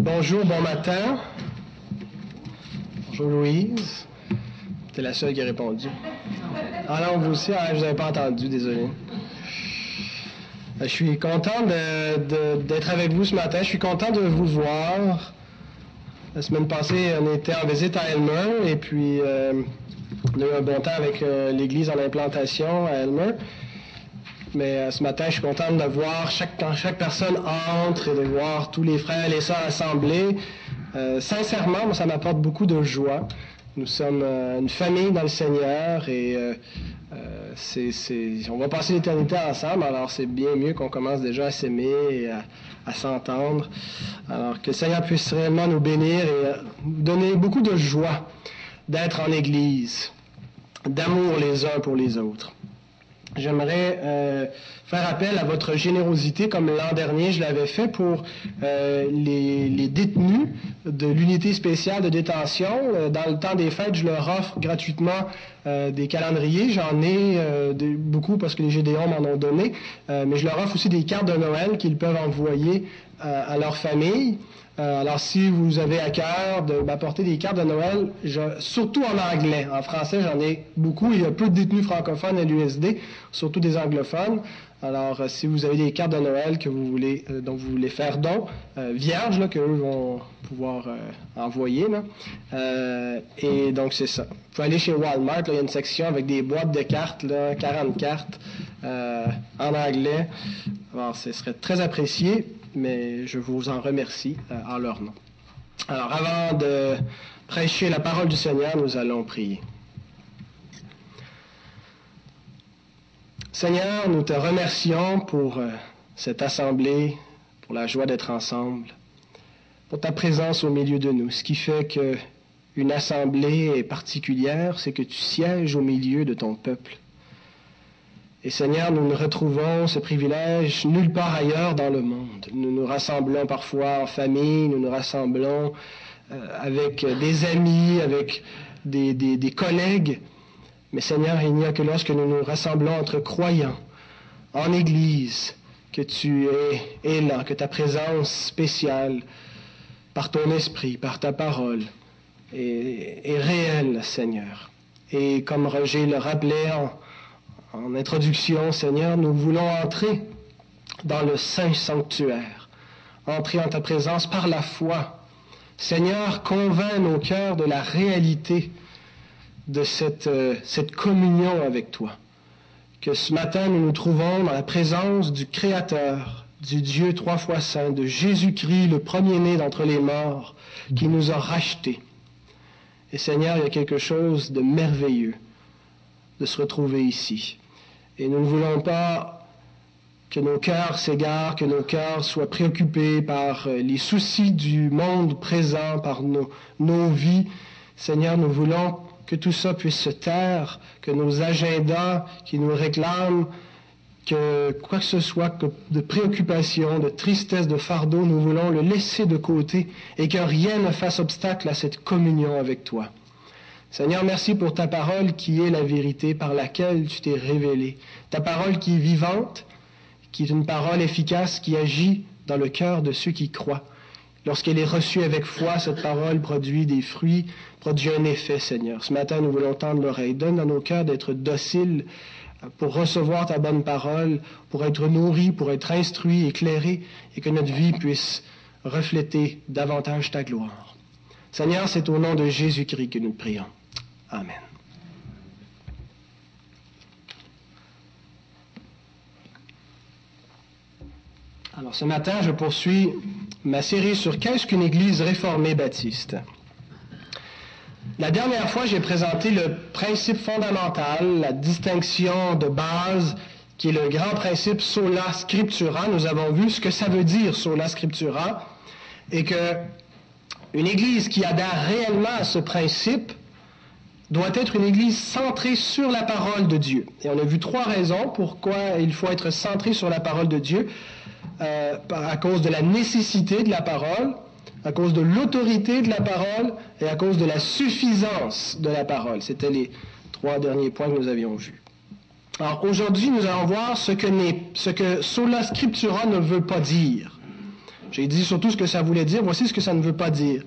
Bonjour, bon matin. Bonjour Louise. T'es la seule qui a répondu. Ah non, vous aussi? Ah, je vous avais pas entendu, désolé. Je suis content d'être avec vous ce matin. Je suis content de vous voir. La semaine passée, on était en visite à Elmer et puis on a eu un bon temps avec l'église en implantation à Elmer. Mais ce matin, je suis content de voir quand chaque personne entre et de voir tous les frères et les sœurs assemblés. Sincèrement, moi, ça m'apporte beaucoup de joie. Nous sommes une famille dans le Seigneur et on va passer l'éternité ensemble, alors c'est bien mieux qu'on commence déjà à s'aimer et à s'entendre. Alors que le Seigneur puisse réellement nous bénir et nous donner beaucoup de joie d'être en Église, d'amour les uns pour les autres. J'aimerais faire appel à votre générosité comme l'an dernier je l'avais fait pour les détenus de l'unité spéciale de détention. Dans le temps des fêtes, je leur offre gratuitement des calendriers. J'en ai beaucoup parce que les Gédéons m'en ont donné, mais je leur offre aussi des cartes de Noël qu'ils peuvent envoyer à leur famille. Alors, si vous avez à cœur de m'apporter des cartes de Noël, surtout en anglais. En français, j'en ai beaucoup. Il y a peu de détenus francophones à l'USD, surtout des anglophones. Alors, si vous avez des cartes de Noël que vous voulez, dont vous voulez faire don, vierges, là, qu'eux vont pouvoir envoyer. Là. Et donc, c'est ça. Vous pouvez aller chez Walmart, là, il y a une section avec des boîtes de cartes, là, 40 cartes en anglais. Alors, ce serait très apprécié. Mais je vous en remercie en leur nom. Alors, avant de prêcher la parole du Seigneur, nous allons prier. Seigneur, nous te remercions pour cette assemblée, pour la joie d'être ensemble, pour ta présence au milieu de nous. Ce qui fait qu'une assemblée est particulière, c'est que tu sièges au milieu de ton peuple. Et Seigneur, nous ne retrouvons ce privilège nulle part ailleurs dans le monde. Nous nous rassemblons parfois en famille, nous nous rassemblons avec des amis, avec des collègues. Mais Seigneur, il n'y a que lorsque nous nous rassemblons entre croyants, en Église, que tu es là, que ta présence spéciale, par ton esprit, par ta parole, est réelle, Seigneur. Et comme Roger le rappelait en introduction, Seigneur, nous voulons entrer dans le Saint Sanctuaire, entrer en ta présence par la foi. Seigneur, convainc nos cœurs de la réalité de cette communion avec toi. Que ce matin, nous nous trouvons dans la présence du Créateur, du Dieu trois fois saint, de Jésus-Christ, le premier-né d'entre les morts, qui nous a rachetés. Et Seigneur, il y a quelque chose de merveilleux de se retrouver ici. Et nous ne voulons pas que nos cœurs s'égarent, que nos cœurs soient préoccupés par les soucis du monde présent, par nos vies. Seigneur, nous voulons que tout ça puisse se taire, que nos agendas qui nous réclament, que quoi que ce soit de préoccupation, de tristesse, de fardeau, nous voulons le laisser de côté et que rien ne fasse obstacle à cette communion avec toi. Seigneur, merci pour ta parole qui est la vérité par laquelle tu t'es révélé. Ta parole qui est vivante, qui est une parole efficace, qui agit dans le cœur de ceux qui croient. Lorsqu'elle est reçue avec foi, cette parole produit des fruits, produit un effet, Seigneur. Ce matin, nous voulons tendre l'oreille. Donne à nos cœurs d'être dociles pour recevoir ta bonne parole, pour être nourris, pour être instruits, éclairés, et que notre vie puisse refléter davantage ta gloire. Seigneur, c'est au nom de Jésus-Christ que nous prions. Amen. Alors ce matin, je poursuis ma série sur qu'est-ce qu'une Église réformée baptiste. La dernière fois, j'ai présenté le principe fondamental, la distinction de base, qui est le grand principe sola scriptura. Nous avons vu ce que ça veut dire sola scriptura, et que une Église qui adhère réellement à ce principe doit être une Église centrée sur la parole de Dieu. Et on a vu trois raisons pourquoi il faut être centré sur la parole de Dieu. À cause de la nécessité de la parole, à cause de l'autorité de la parole et à cause de la suffisance de la parole. C'était les trois derniers points que nous avions vus. Alors aujourd'hui, nous allons voir ce que sola scriptura ne veut pas dire. J'ai dit surtout ce que ça voulait dire. Voici ce que ça ne veut pas dire.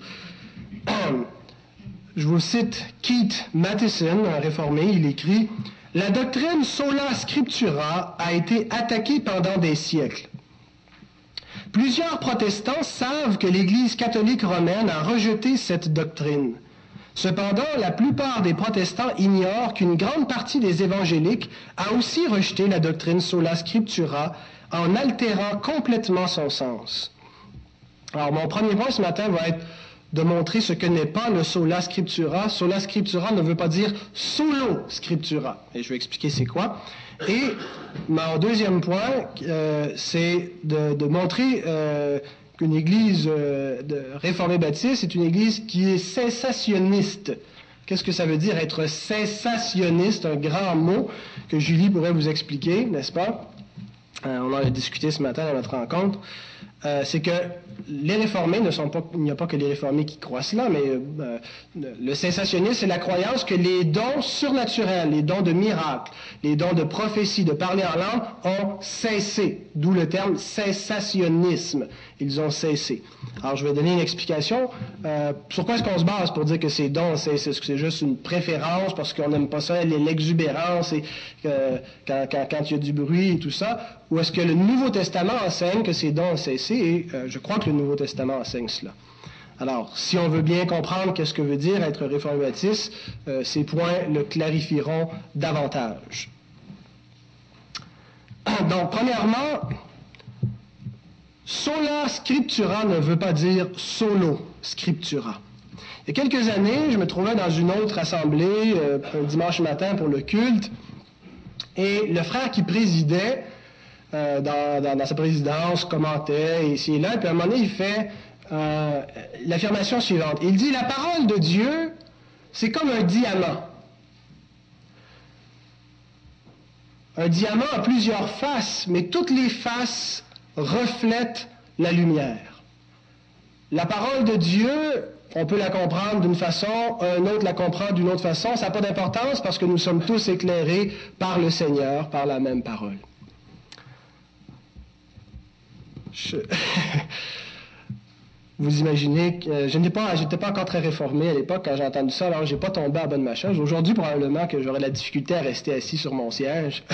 Je vous cite Keith Matheson, un réformé. Il écrit « La doctrine sola scriptura a été attaquée pendant des siècles. Plusieurs protestants savent que l'Église catholique romaine a rejeté cette doctrine. Cependant, la plupart des protestants ignorent qu'une grande partie des évangéliques a aussi rejeté la doctrine sola scriptura en altérant complètement son sens. » Alors, mon premier point ce matin va être de montrer ce que n'est pas le sola scriptura. Sola scriptura ne veut pas dire solo scriptura. Et je vais expliquer c'est quoi. Et mon deuxième point, c'est de montrer qu'une église réformée baptiste est une église qui est cessationniste. Qu'est-ce que ça veut dire être cessationniste? Un grand mot que Julie pourrait vous expliquer, n'est-ce pas? On en a discuté ce matin dans notre rencontre. C'est que les réformés ne sont pas, il n'y a pas que les réformés qui croient cela, mais le cessationnisme, c'est la croyance que les dons surnaturels, les dons de miracles, les dons de prophétie, de parler en langue, ont cessé. D'où le terme cessationnisme. Ils ont cessé. Alors, je vais donner une explication. Sur quoi est-ce qu'on se base pour dire que ces dons ont cessé? Est-ce que c'est juste une préférence parce qu'on n'aime pas ça, l'exubérance et quand il y a du bruit et tout ça? Ou est-ce que le Nouveau Testament enseigne que ces dons ont cessé? Et je crois que le Nouveau Testament enseigne cela. Alors, si on veut bien comprendre qu'est-ce que veut dire être réformé baptiste, ces points le clarifieront davantage. Donc, premièrement, sola scriptura ne veut pas dire solo scriptura. Il y a quelques années, je me trouvais dans une autre assemblée, un dimanche matin pour le culte, et le frère qui présidait dans sa présidence commentait ici et là, et puis à un moment donné, il fait l'affirmation suivante. Il dit, la parole de Dieu, c'est comme un diamant. Un diamant a plusieurs faces, mais toutes les faces reflètent la lumière. La parole de Dieu, on peut la comprendre d'une façon, un autre la comprend d'une autre façon. Ça n'a pas d'importance parce que nous sommes tous éclairés par le Seigneur, par la même parole. Vous imaginez que j'étais pas encore très réformé à l'époque quand j'ai entendu ça, alors j'ai pas tombé à bonne ma chaise. Aujourd'hui, probablement que j'aurais la difficulté à rester assis sur mon siège.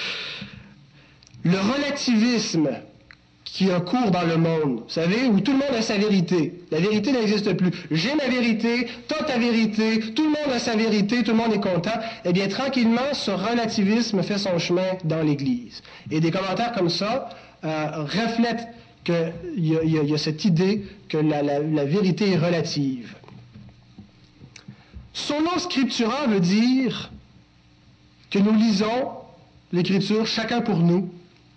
Le relativisme qui a cours dans le monde, vous savez, où tout le monde a sa vérité. La vérité n'existe plus. J'ai ma vérité, t'as ta vérité, tout le monde a sa vérité, tout le monde est content. Eh bien, tranquillement, ce relativisme fait son chemin dans l'Église. Et des commentaires comme ça reflètent qu'il y a cette idée que la vérité est relative. Sola scriptura veut dire que nous lisons l'Écriture chacun pour nous,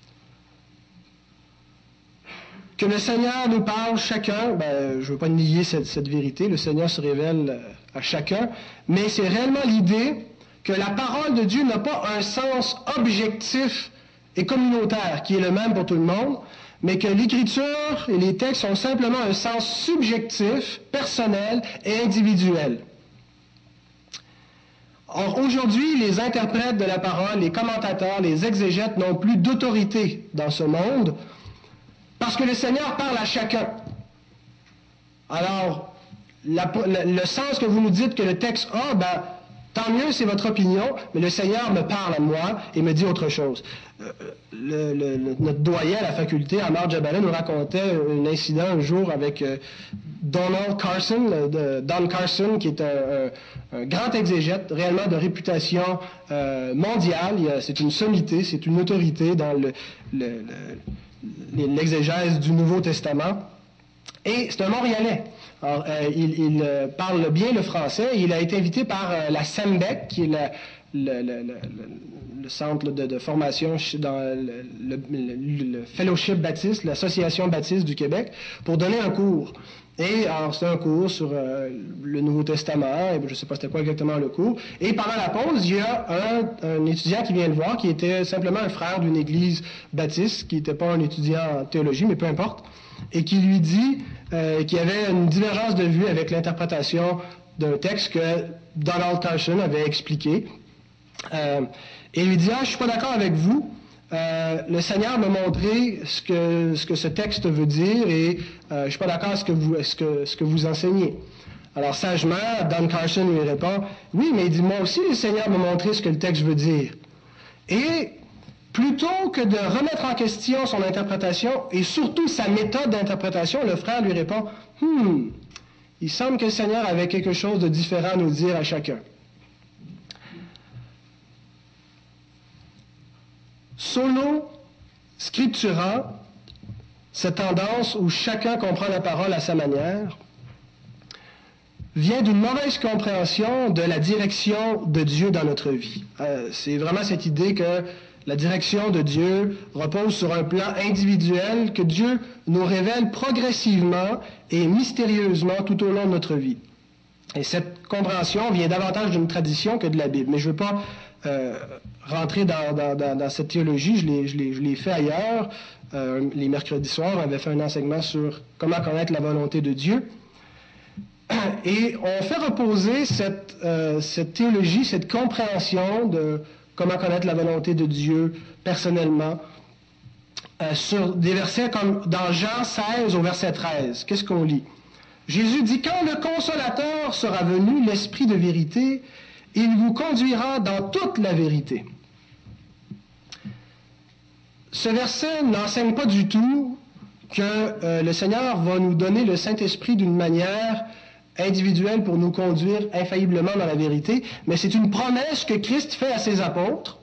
que le Seigneur nous parle chacun, je ne veux pas nier cette vérité, le Seigneur se révèle à chacun, mais c'est réellement l'idée que la parole de Dieu n'a pas un sens objectif et communautaire qui est le même pour tout le monde, mais que l'Écriture et les textes ont simplement un sens subjectif, personnel et individuel. Or, aujourd'hui, les interprètes de la parole, les commentateurs, les exégètes n'ont plus d'autorité dans ce monde parce que le Seigneur parle à chacun. Alors, le sens que vous nous dites que le texte a, tant mieux, c'est votre opinion, mais le Seigneur me parle à moi et me dit autre chose. Notre doyen à la faculté, Amar Jabala, nous racontait un incident un jour avec Don Carson, qui est un grand exégète, réellement de réputation mondiale. C'est une sommité, c'est une autorité dans l'exégèse du Nouveau Testament. Et c'est un Montréalais. Alors, il parle bien le français. Il a été invité par la SEMBEC, qui est le centre de formation dans le Fellowship baptiste, l'Association baptiste du Québec, pour donner un cours. Et alors, c'était un cours sur le Nouveau Testament, et je ne sais pas c'était quoi exactement le cours. Et pendant la pause, il y a un étudiant qui vient le voir, qui était simplement un frère d'une église baptiste, qui n'était pas un étudiant en théologie, mais peu importe, et qui lui dit qu'il y avait une divergence de vue avec l'interprétation d'un texte que Donald Carson avait expliqué. Et il lui dit, je ne suis pas d'accord avec vous, le Seigneur m'a montré ce que ce texte veut dire et je ne suis pas d'accord avec ce que vous enseignez. Alors sagement, Don Carson lui répond, oui, mais il dit, moi aussi, le Seigneur m'a montré ce que le texte veut dire. Et plutôt que de remettre en question son interprétation et surtout sa méthode d'interprétation, le frère lui répond, il semble que le Seigneur avait quelque chose de différent à nous dire à chacun. Solo scriptura, cette tendance où chacun comprend la parole à sa manière, vient d'une mauvaise compréhension de la direction de Dieu dans notre vie. C'est vraiment cette idée que la direction de Dieu repose sur un plan individuel que Dieu nous révèle progressivement et mystérieusement tout au long de notre vie. Et cette compréhension vient davantage d'une tradition que de la Bible. Mais je ne veux pas rentrer dans cette théologie, je l'ai fait ailleurs. Les mercredis soirs, on avait fait un enseignement sur comment connaître la volonté de Dieu. Et on fait reposer cette théologie, cette compréhension de comment connaître la volonté de Dieu personnellement, sur des versets comme dans Jean 16 au verset 13. Qu'est-ce qu'on lit? Jésus dit, « Quand le Consolateur sera venu, l'Esprit de vérité, il vous conduira dans toute la vérité. » Ce verset n'enseigne pas du tout que le Seigneur va nous donner le Saint-Esprit d'une manière individuelle pour nous conduire infailliblement dans la vérité, mais c'est une promesse que Christ fait à ses apôtres,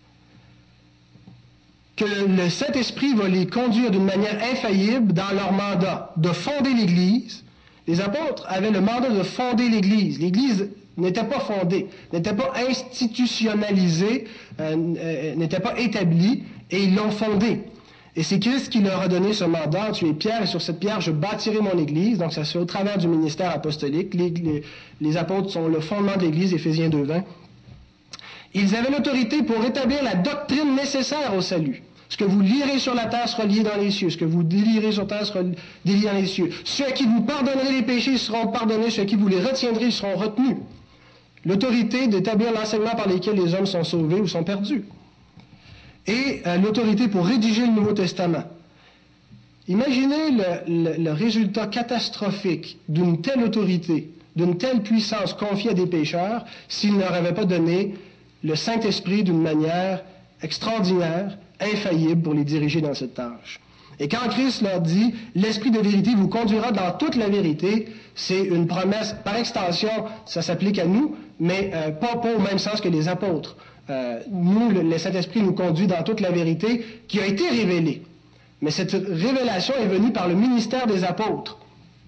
que le Saint-Esprit va les conduire d'une manière infaillible dans leur mandat de fonder l'Église. Les apôtres avaient le mandat de fonder l'Église. L'Église n'était pas fondée, n'était pas institutionnalisée, n'était pas établie, et ils l'ont fondée. Et c'est Christ qui leur a donné ce mandat. Tu es pierre, et sur cette pierre, je bâtirai mon Église. Donc, ça se fait au travers du ministère apostolique. Les apôtres sont le fondement de l'Église, Éphésiens 2:20. Ils avaient l'autorité pour établir la doctrine nécessaire au salut. Ce que vous lirez sur la terre sera lié dans les cieux. Ce que vous délirez sur la terre sera délié dans les cieux. Ceux à qui vous pardonnerez les péchés seront pardonnés. Ceux à qui vous les retiendrez, ils seront retenus. L'autorité d'établir l'enseignement par lequel les hommes sont sauvés ou sont perdus. Et l'autorité pour rédiger le Nouveau Testament. Imaginez le résultat catastrophique d'une telle autorité, d'une telle puissance confiée à des pécheurs, s'ils ne leur avaient pas donné le Saint-Esprit d'une manière extraordinaire, infaillible pour les diriger dans cette tâche. Et quand Christ leur dit « L'Esprit de vérité vous conduira dans toute la vérité », c'est une promesse, par extension, ça s'applique à nous, mais pas au même sens que les apôtres. Nous, le Saint-Esprit nous conduit dans toute la vérité qui a été révélée. Mais cette révélation est venue par le ministère des apôtres.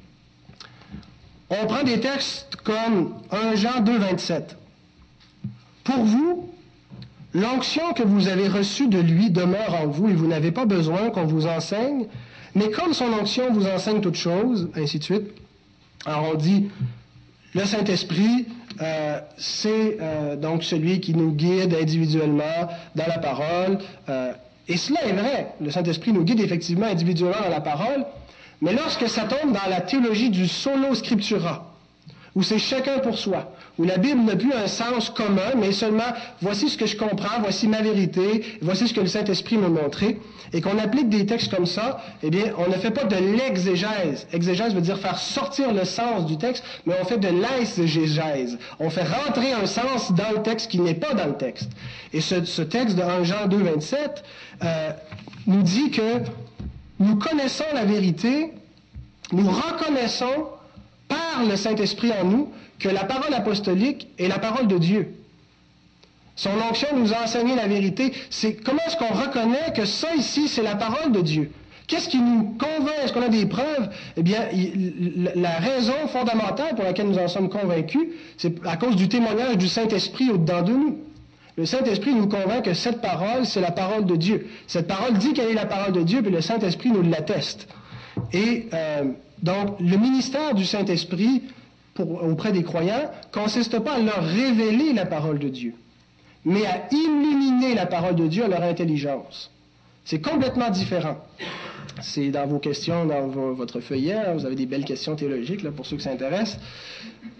On prend des textes comme 1 Jean 2,27. « Pour vous, l'onction que vous avez reçue de lui demeure en vous et vous n'avez pas besoin qu'on vous enseigne, mais comme son onction vous enseigne toutes choses, ainsi de suite. » Alors on dit, le Saint-Esprit, c'est donc celui qui nous guide individuellement dans la parole. Et cela est vrai, le Saint-Esprit nous guide effectivement individuellement dans la parole, mais lorsque ça tombe dans la théologie du solo scriptura, où c'est chacun pour soi, où la Bible n'a plus un sens commun, mais seulement voici ce que je comprends, voici ma vérité, voici ce que le Saint-Esprit m'a montré, et qu'on applique des textes comme ça, eh bien, on ne fait pas de l'exégèse. Exégèse veut dire faire sortir le sens du texte, mais on fait de l'exégèse. On fait rentrer un sens dans le texte qui n'est pas dans le texte. Et ce texte de 1 Jean 2,27 nous dit que nous connaissons la vérité, nous reconnaissons par le Saint-Esprit en nous que la parole apostolique est la parole de Dieu. Son onction nous a enseigné la vérité. C'est comment est-ce qu'on reconnaît que ça ici, c'est la parole de Dieu? Qu'est-ce qui nous convainc? Est-ce qu'on a des preuves? Eh bien, la raison fondamentale pour laquelle nous en sommes convaincus, c'est à cause du témoignage du Saint-Esprit au-dedans de nous. Le Saint-Esprit nous convainc que cette parole, c'est la parole de Dieu. Cette parole dit qu'elle est la parole de Dieu, puis le Saint-Esprit nous l'atteste. Et donc, le ministère du Saint-Esprit auprès des croyants ne consiste pas à leur révéler la parole de Dieu, mais à illuminer la parole de Dieu à leur intelligence. C'est complètement différent. C'est dans vos questions, dans votre feuillet, hein, vous avez des belles questions théologiques là, pour ceux qui s'intéressent.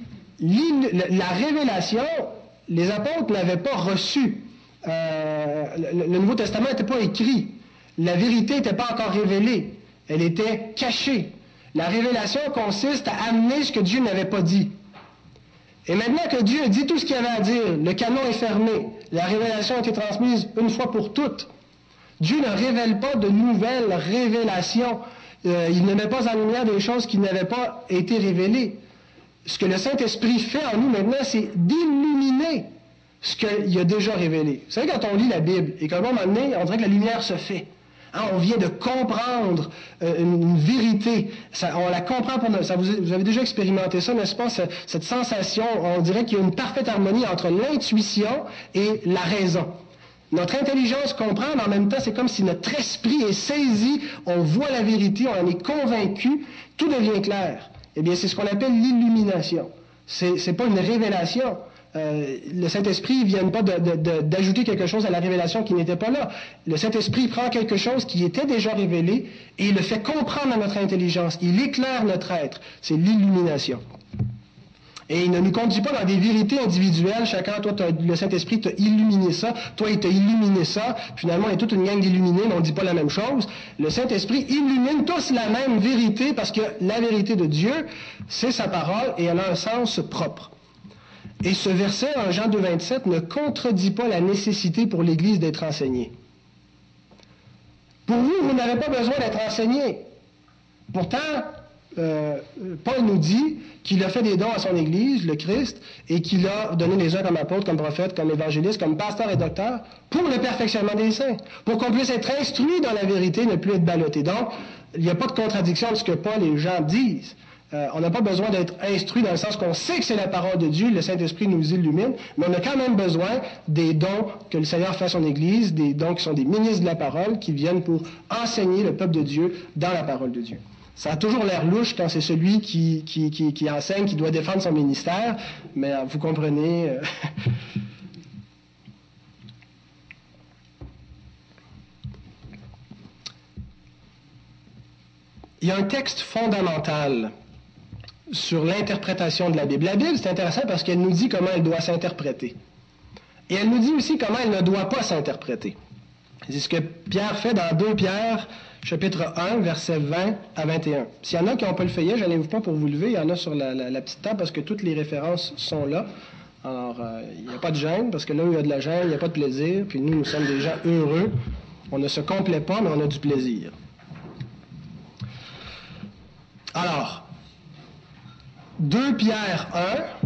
La révélation, les apôtres ne l'avaient pas reçue le Nouveau Testament n'était pas écrit. La vérité n'était pas encore révélée. Elle était cachée. La révélation consiste à amener ce que Dieu n'avait pas dit. Et maintenant que Dieu a dit tout ce qu'il avait à dire, le canon est fermé, la révélation a été transmise une fois pour toutes. Dieu ne révèle pas de nouvelles révélations. Il ne met pas en lumière des choses qui n'avaient pas été révélées. Ce que le Saint-Esprit fait en nous maintenant, c'est d'illuminer ce qu'il a déjà révélé. Vous savez, quand on lit la Bible, et qu'à un moment donné, on dirait que la lumière se fait. Hein, on vient de comprendre une vérité. On la comprend pour nous. Vous avez déjà expérimenté ça, n'est-ce pas? Cette sensation, on dirait qu'il y a une parfaite harmonie entre l'intuition et la raison. Notre intelligence comprend, mais en même temps, c'est comme si notre esprit est saisi, on voit la vérité, on en est convaincu, tout devient clair. Eh bien, c'est ce qu'on appelle l'illumination. C'est pas une révélation. Le Saint-Esprit ne vient pas d'ajouter quelque chose à la révélation qui n'était pas là. Le Saint-Esprit prend quelque chose qui était déjà révélé et il le fait comprendre à notre intelligence. Il éclaire notre être. C'est l'illumination. Et il ne nous conduit pas dans des vérités individuelles. Chacun, toi, le Saint-Esprit t'a illuminé ça, toi, il t'a illuminé ça. Finalement, il y a toute une gang d'illuminés, mais on ne dit pas la même chose. Le Saint-Esprit illumine tous la même vérité parce que la vérité de Dieu, c'est sa parole et elle a un sens propre. Et ce verset, en Jean 2,27, ne contredit pas la nécessité pour l'Église d'être enseignée. Pour vous, vous n'avez pas besoin d'être enseigné. Pourtant, Paul nous dit qu'il a fait des dons à son Église, le Christ, et qu'il a donné les uns comme apôtres, comme prophètes, comme évangélistes, comme pasteurs et docteurs, pour le perfectionnement des saints, pour qu'on puisse être instruit dans la vérité, ne plus être ballotté. Donc, il n'y a pas de contradiction de ce que Paul et Jean disent. On n'a pas besoin d'être instruit dans le sens qu'on sait que c'est la parole de Dieu, le Saint-Esprit nous illumine, mais on a quand même besoin des dons que le Seigneur fait à son Église, des dons qui sont des ministres de la parole, qui viennent pour enseigner le peuple de Dieu dans la parole de Dieu. Ça a toujours l'air louche quand c'est celui qui enseigne, qui doit défendre son ministère, mais vous comprenez... Il y a un texte fondamental sur l'interprétation de la Bible. La Bible, c'est intéressant parce qu'elle nous dit comment elle doit s'interpréter. Et elle nous dit aussi comment elle ne doit pas s'interpréter. C'est ce que Pierre fait dans 2 Pierre, chapitre 1, versets 20 à 21. S'il y en a qui n'ont pas le feuillet, je n'allez pas pour vous lever, il y en a sur la petite table parce que toutes les références sont là. Alors, il n'y a pas de gêne, parce que là où il y a de la gêne, il n'y a pas de plaisir, puis nous sommes des gens heureux. On ne se complaît pas, mais on a du plaisir. Alors, 2 Pierre 1,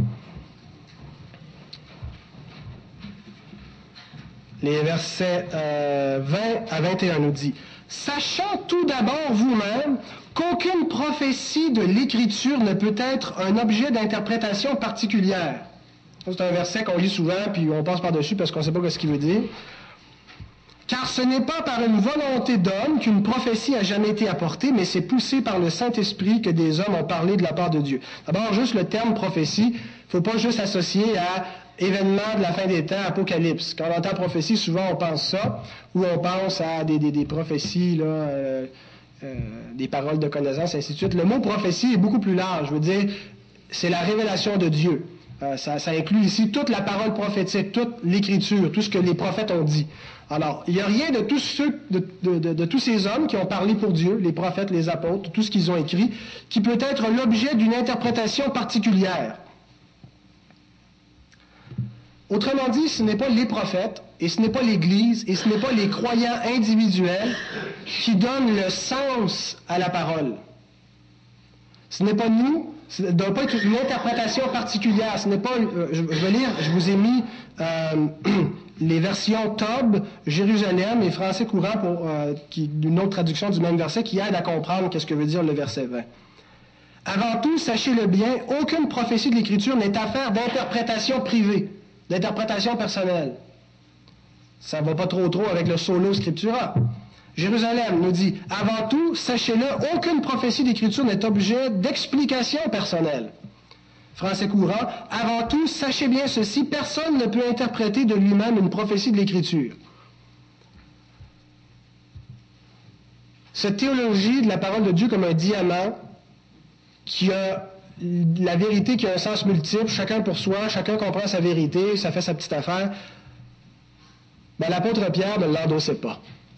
les versets 20 à 21 nous dit « Sachant tout d'abord vous-même qu'aucune prophétie de l'Écriture ne peut être un objet d'interprétation particulière. » C'est un verset qu'on lit souvent, puis on passe par-dessus parce qu'on ne sait pas ce qu'il veut dire. Car ce n'est pas par une volonté d'homme qu'une prophétie a jamais été apportée, mais c'est poussé par le Saint-Esprit que des hommes ont parlé de la part de Dieu. D'abord, juste le terme prophétie, il ne faut pas juste associer à événement de la fin des temps, apocalypse. Quand on entend prophétie, souvent on pense ça, ou on pense à des prophéties, là, des paroles de connaissance, ainsi de suite. Le mot prophétie est beaucoup plus large. Je veux dire, c'est la révélation de Dieu. Ça inclut ici toute la parole prophétique, toute l'Écriture, tout ce que les prophètes ont dit. Alors, il n'y a rien de tous ces hommes qui ont parlé pour Dieu, les prophètes, les apôtres, tout ce qu'ils ont écrit, qui peut être l'objet d'une interprétation particulière. Autrement dit, ce n'est pas les prophètes, et ce n'est pas l'Église, et ce n'est pas les croyants individuels qui donnent le sens à la parole. Ce n'est pas nous, ça ne doit pas être une interprétation particulière. Ce n'est pas, je vais lire, je vous ai mis les versions Tob, Jérusalem et Français courant pour une autre traduction du même verset qui aide à comprendre qu'est-ce que veut dire le verset 20. Avant tout, sachez-le bien, aucune prophétie de l'Écriture n'est affaire d'interprétation privée, d'interprétation personnelle. Ça ne va pas trop avec le solo scriptura. Jérusalem nous dit, avant tout, sachez-le, aucune prophétie d'Écriture n'est objet d'explication personnelle. Français courant, avant tout, sachez bien ceci, personne ne peut interpréter de lui-même une prophétie de l'Écriture. Cette théologie de la parole de Dieu comme un diamant qui a la vérité qui a un sens multiple, chacun pour soi, chacun comprend sa vérité, ça fait sa petite affaire. Ben, l'apôtre Pierre ne l'endossait pas.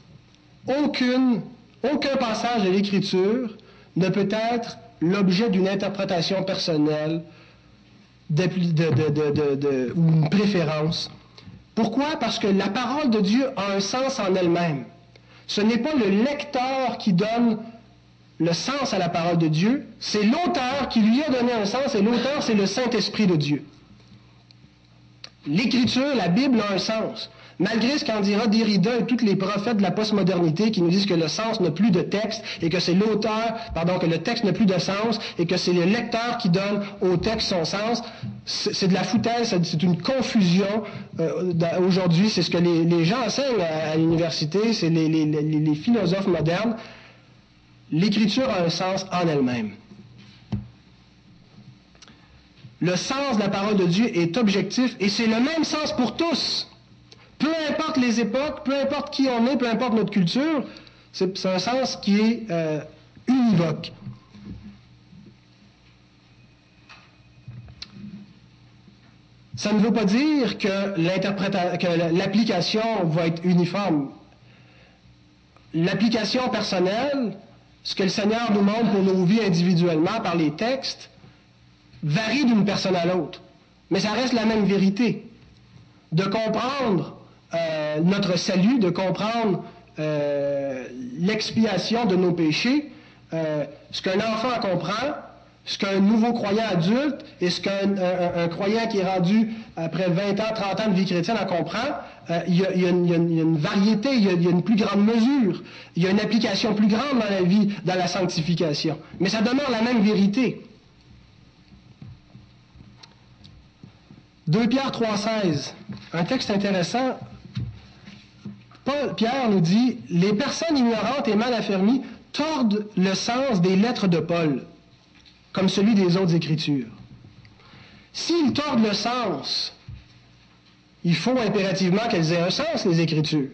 Aucun passage de l'Écriture ne peut être l'objet d'une interprétation personnelle ou une préférence. Pourquoi? Parce que la parole de Dieu a un sens en elle-même. Ce n'est pas le lecteur qui donne le sens à la parole de Dieu, c'est l'auteur qui lui a donné un sens, et l'auteur, c'est le Saint-Esprit de Dieu. L'Écriture, la Bible a un sens. Malgré ce qu'en dira Derrida et tous les prophètes de la postmodernité qui nous disent que le sens n'a plus de texte et que c'est que le texte n'a plus de sens et que c'est le lecteur qui donne au texte son sens, c'est de la foutaise, c'est une confusion. Aujourd'hui, c'est ce que les gens enseignent à l'université, c'est les philosophes modernes. L'Écriture a un sens en elle-même. Le sens de la parole de Dieu est objectif et c'est le même sens pour tous. Peu importe les époques, peu importe qui on est, peu importe notre culture, c'est un sens qui est univoque. Ça ne veut pas dire que l'application va être uniforme. L'application personnelle, ce que le Seigneur nous montre pour nos vies individuellement par les textes, varie d'une personne à l'autre. Mais ça reste la même vérité. De comprendre notre salut, de comprendre l'expiation de nos péchés, ce qu'un enfant comprend, ce qu'un nouveau croyant adulte et ce qu'un croyant qui est rendu après 20 ans, 30 ans de vie chrétienne en comprend, il y a une variété, il y a une plus grande mesure, il y a une application plus grande dans la vie, dans la sanctification. Mais ça demeure la même vérité. 2 Pierre 3,16, un texte intéressant. Pierre nous dit « Les personnes ignorantes et mal affermies tordent le sens des lettres de Paul, comme celui des autres Écritures. S'ils tordent le sens, il faut impérativement qu'elles aient un sens, les Écritures.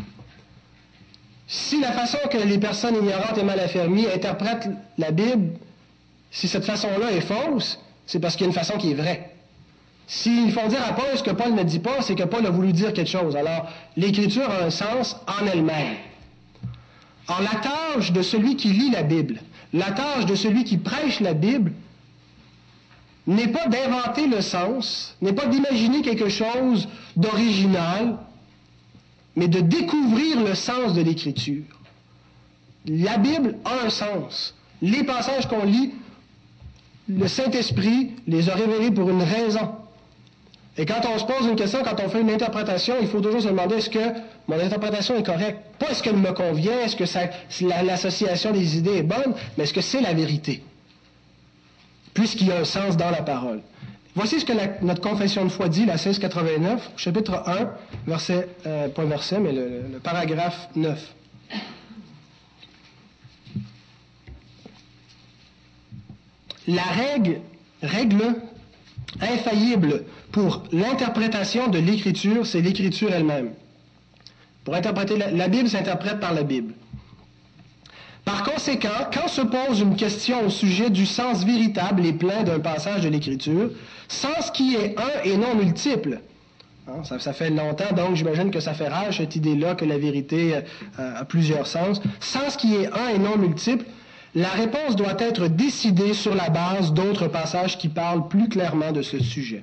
Si la façon que les personnes ignorantes et mal affermies interprètent la Bible, si cette façon-là est fausse, c'est parce qu'il y a une façon qui est vraie. S'ils font dire à Paul ce que Paul ne dit pas, c'est que Paul a voulu dire quelque chose. Alors, l'Écriture a un sens en elle-même. Or, la tâche de celui qui lit la Bible, la tâche de celui qui prêche la Bible, n'est pas d'inventer le sens, n'est pas d'imaginer quelque chose d'original, mais de découvrir le sens de l'Écriture. La Bible a un sens. Les passages qu'on lit, le Saint-Esprit les a révélés pour une raison. Et quand on se pose une question, quand on fait une interprétation, il faut toujours se demander est-ce que mon interprétation est correcte? Pas est-ce qu'elle me convient, est-ce que l'association des idées est bonne, mais est-ce que c'est la vérité? Puisqu'il y a un sens dans la parole. Voici ce que notre confession de foi dit, la 1689, chapitre 1, verset, pas verset, mais le paragraphe 9. La règle infaillible pour l'interprétation de l'Écriture, c'est l'Écriture elle-même. Pour interpréter la Bible s'interprète par la Bible. Par conséquent, quand se pose une question au sujet du sens véritable et plein d'un passage de l'Écriture, sens qui est un et non multiple, ça fait longtemps, donc j'imagine que ça fait rage cette idée-là que la vérité a plusieurs sens, sens qui est un et non multiple, la réponse doit être décidée sur la base d'autres passages qui parlent plus clairement de ce sujet.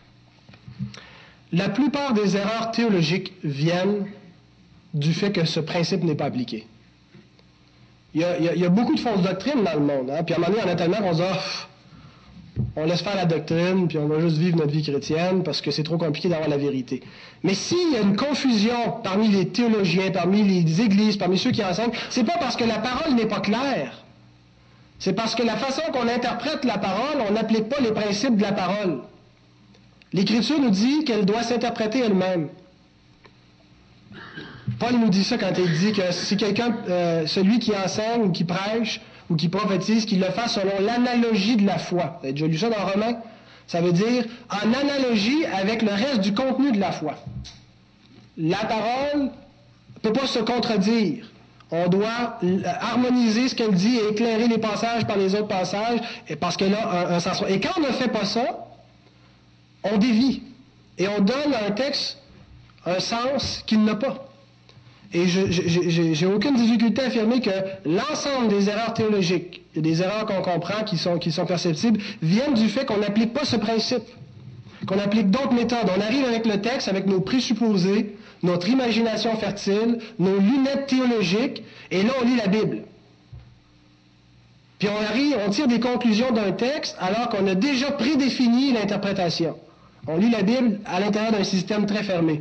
La plupart des erreurs théologiques viennent du fait que ce principe n'est pas appliqué. Il y a beaucoup de fausses doctrines dans le monde. Puis à un moment donné, il y en a tellement qu'on se dit on laisse faire la doctrine, puis on va juste vivre notre vie chrétienne parce que c'est trop compliqué d'avoir la vérité. Mais s'il y a une confusion parmi les théologiens, parmi les églises, parmi ceux qui enseignent, c'est pas parce que la parole n'est pas claire. C'est parce que la façon qu'on interprète la parole, on n'applique pas les principes de la parole. L'Écriture nous dit qu'elle doit s'interpréter elle-même. Paul nous dit ça quand il dit que si quelqu'un, celui qui enseigne ou qui prêche ou qui prophétise, qu'il le fasse selon l'analogie de la foi. Vous avez déjà lu ça dans Romains? Ça veut dire en analogie avec le reste du contenu de la foi. La parole ne peut pas se contredire. On doit harmoniser ce qu'elle dit et éclairer les passages par les autres passages parce qu'elle a un sens. Et quand on ne fait pas ça, on dévie. Et on donne à un texte un sens qu'il n'a pas. Et j'ai aucune difficulté à affirmer que l'ensemble des erreurs théologiques, et des erreurs qu'on comprend, qui sont perceptibles, viennent du fait qu'on n'applique pas ce principe, qu'on applique d'autres méthodes. On arrive avec le texte, avec nos présupposés, notre imagination fertile, nos lunettes théologiques, et là on lit la Bible. Puis on tire des conclusions d'un texte alors qu'on a déjà prédéfini l'interprétation. On lit la Bible à l'intérieur d'un système très fermé.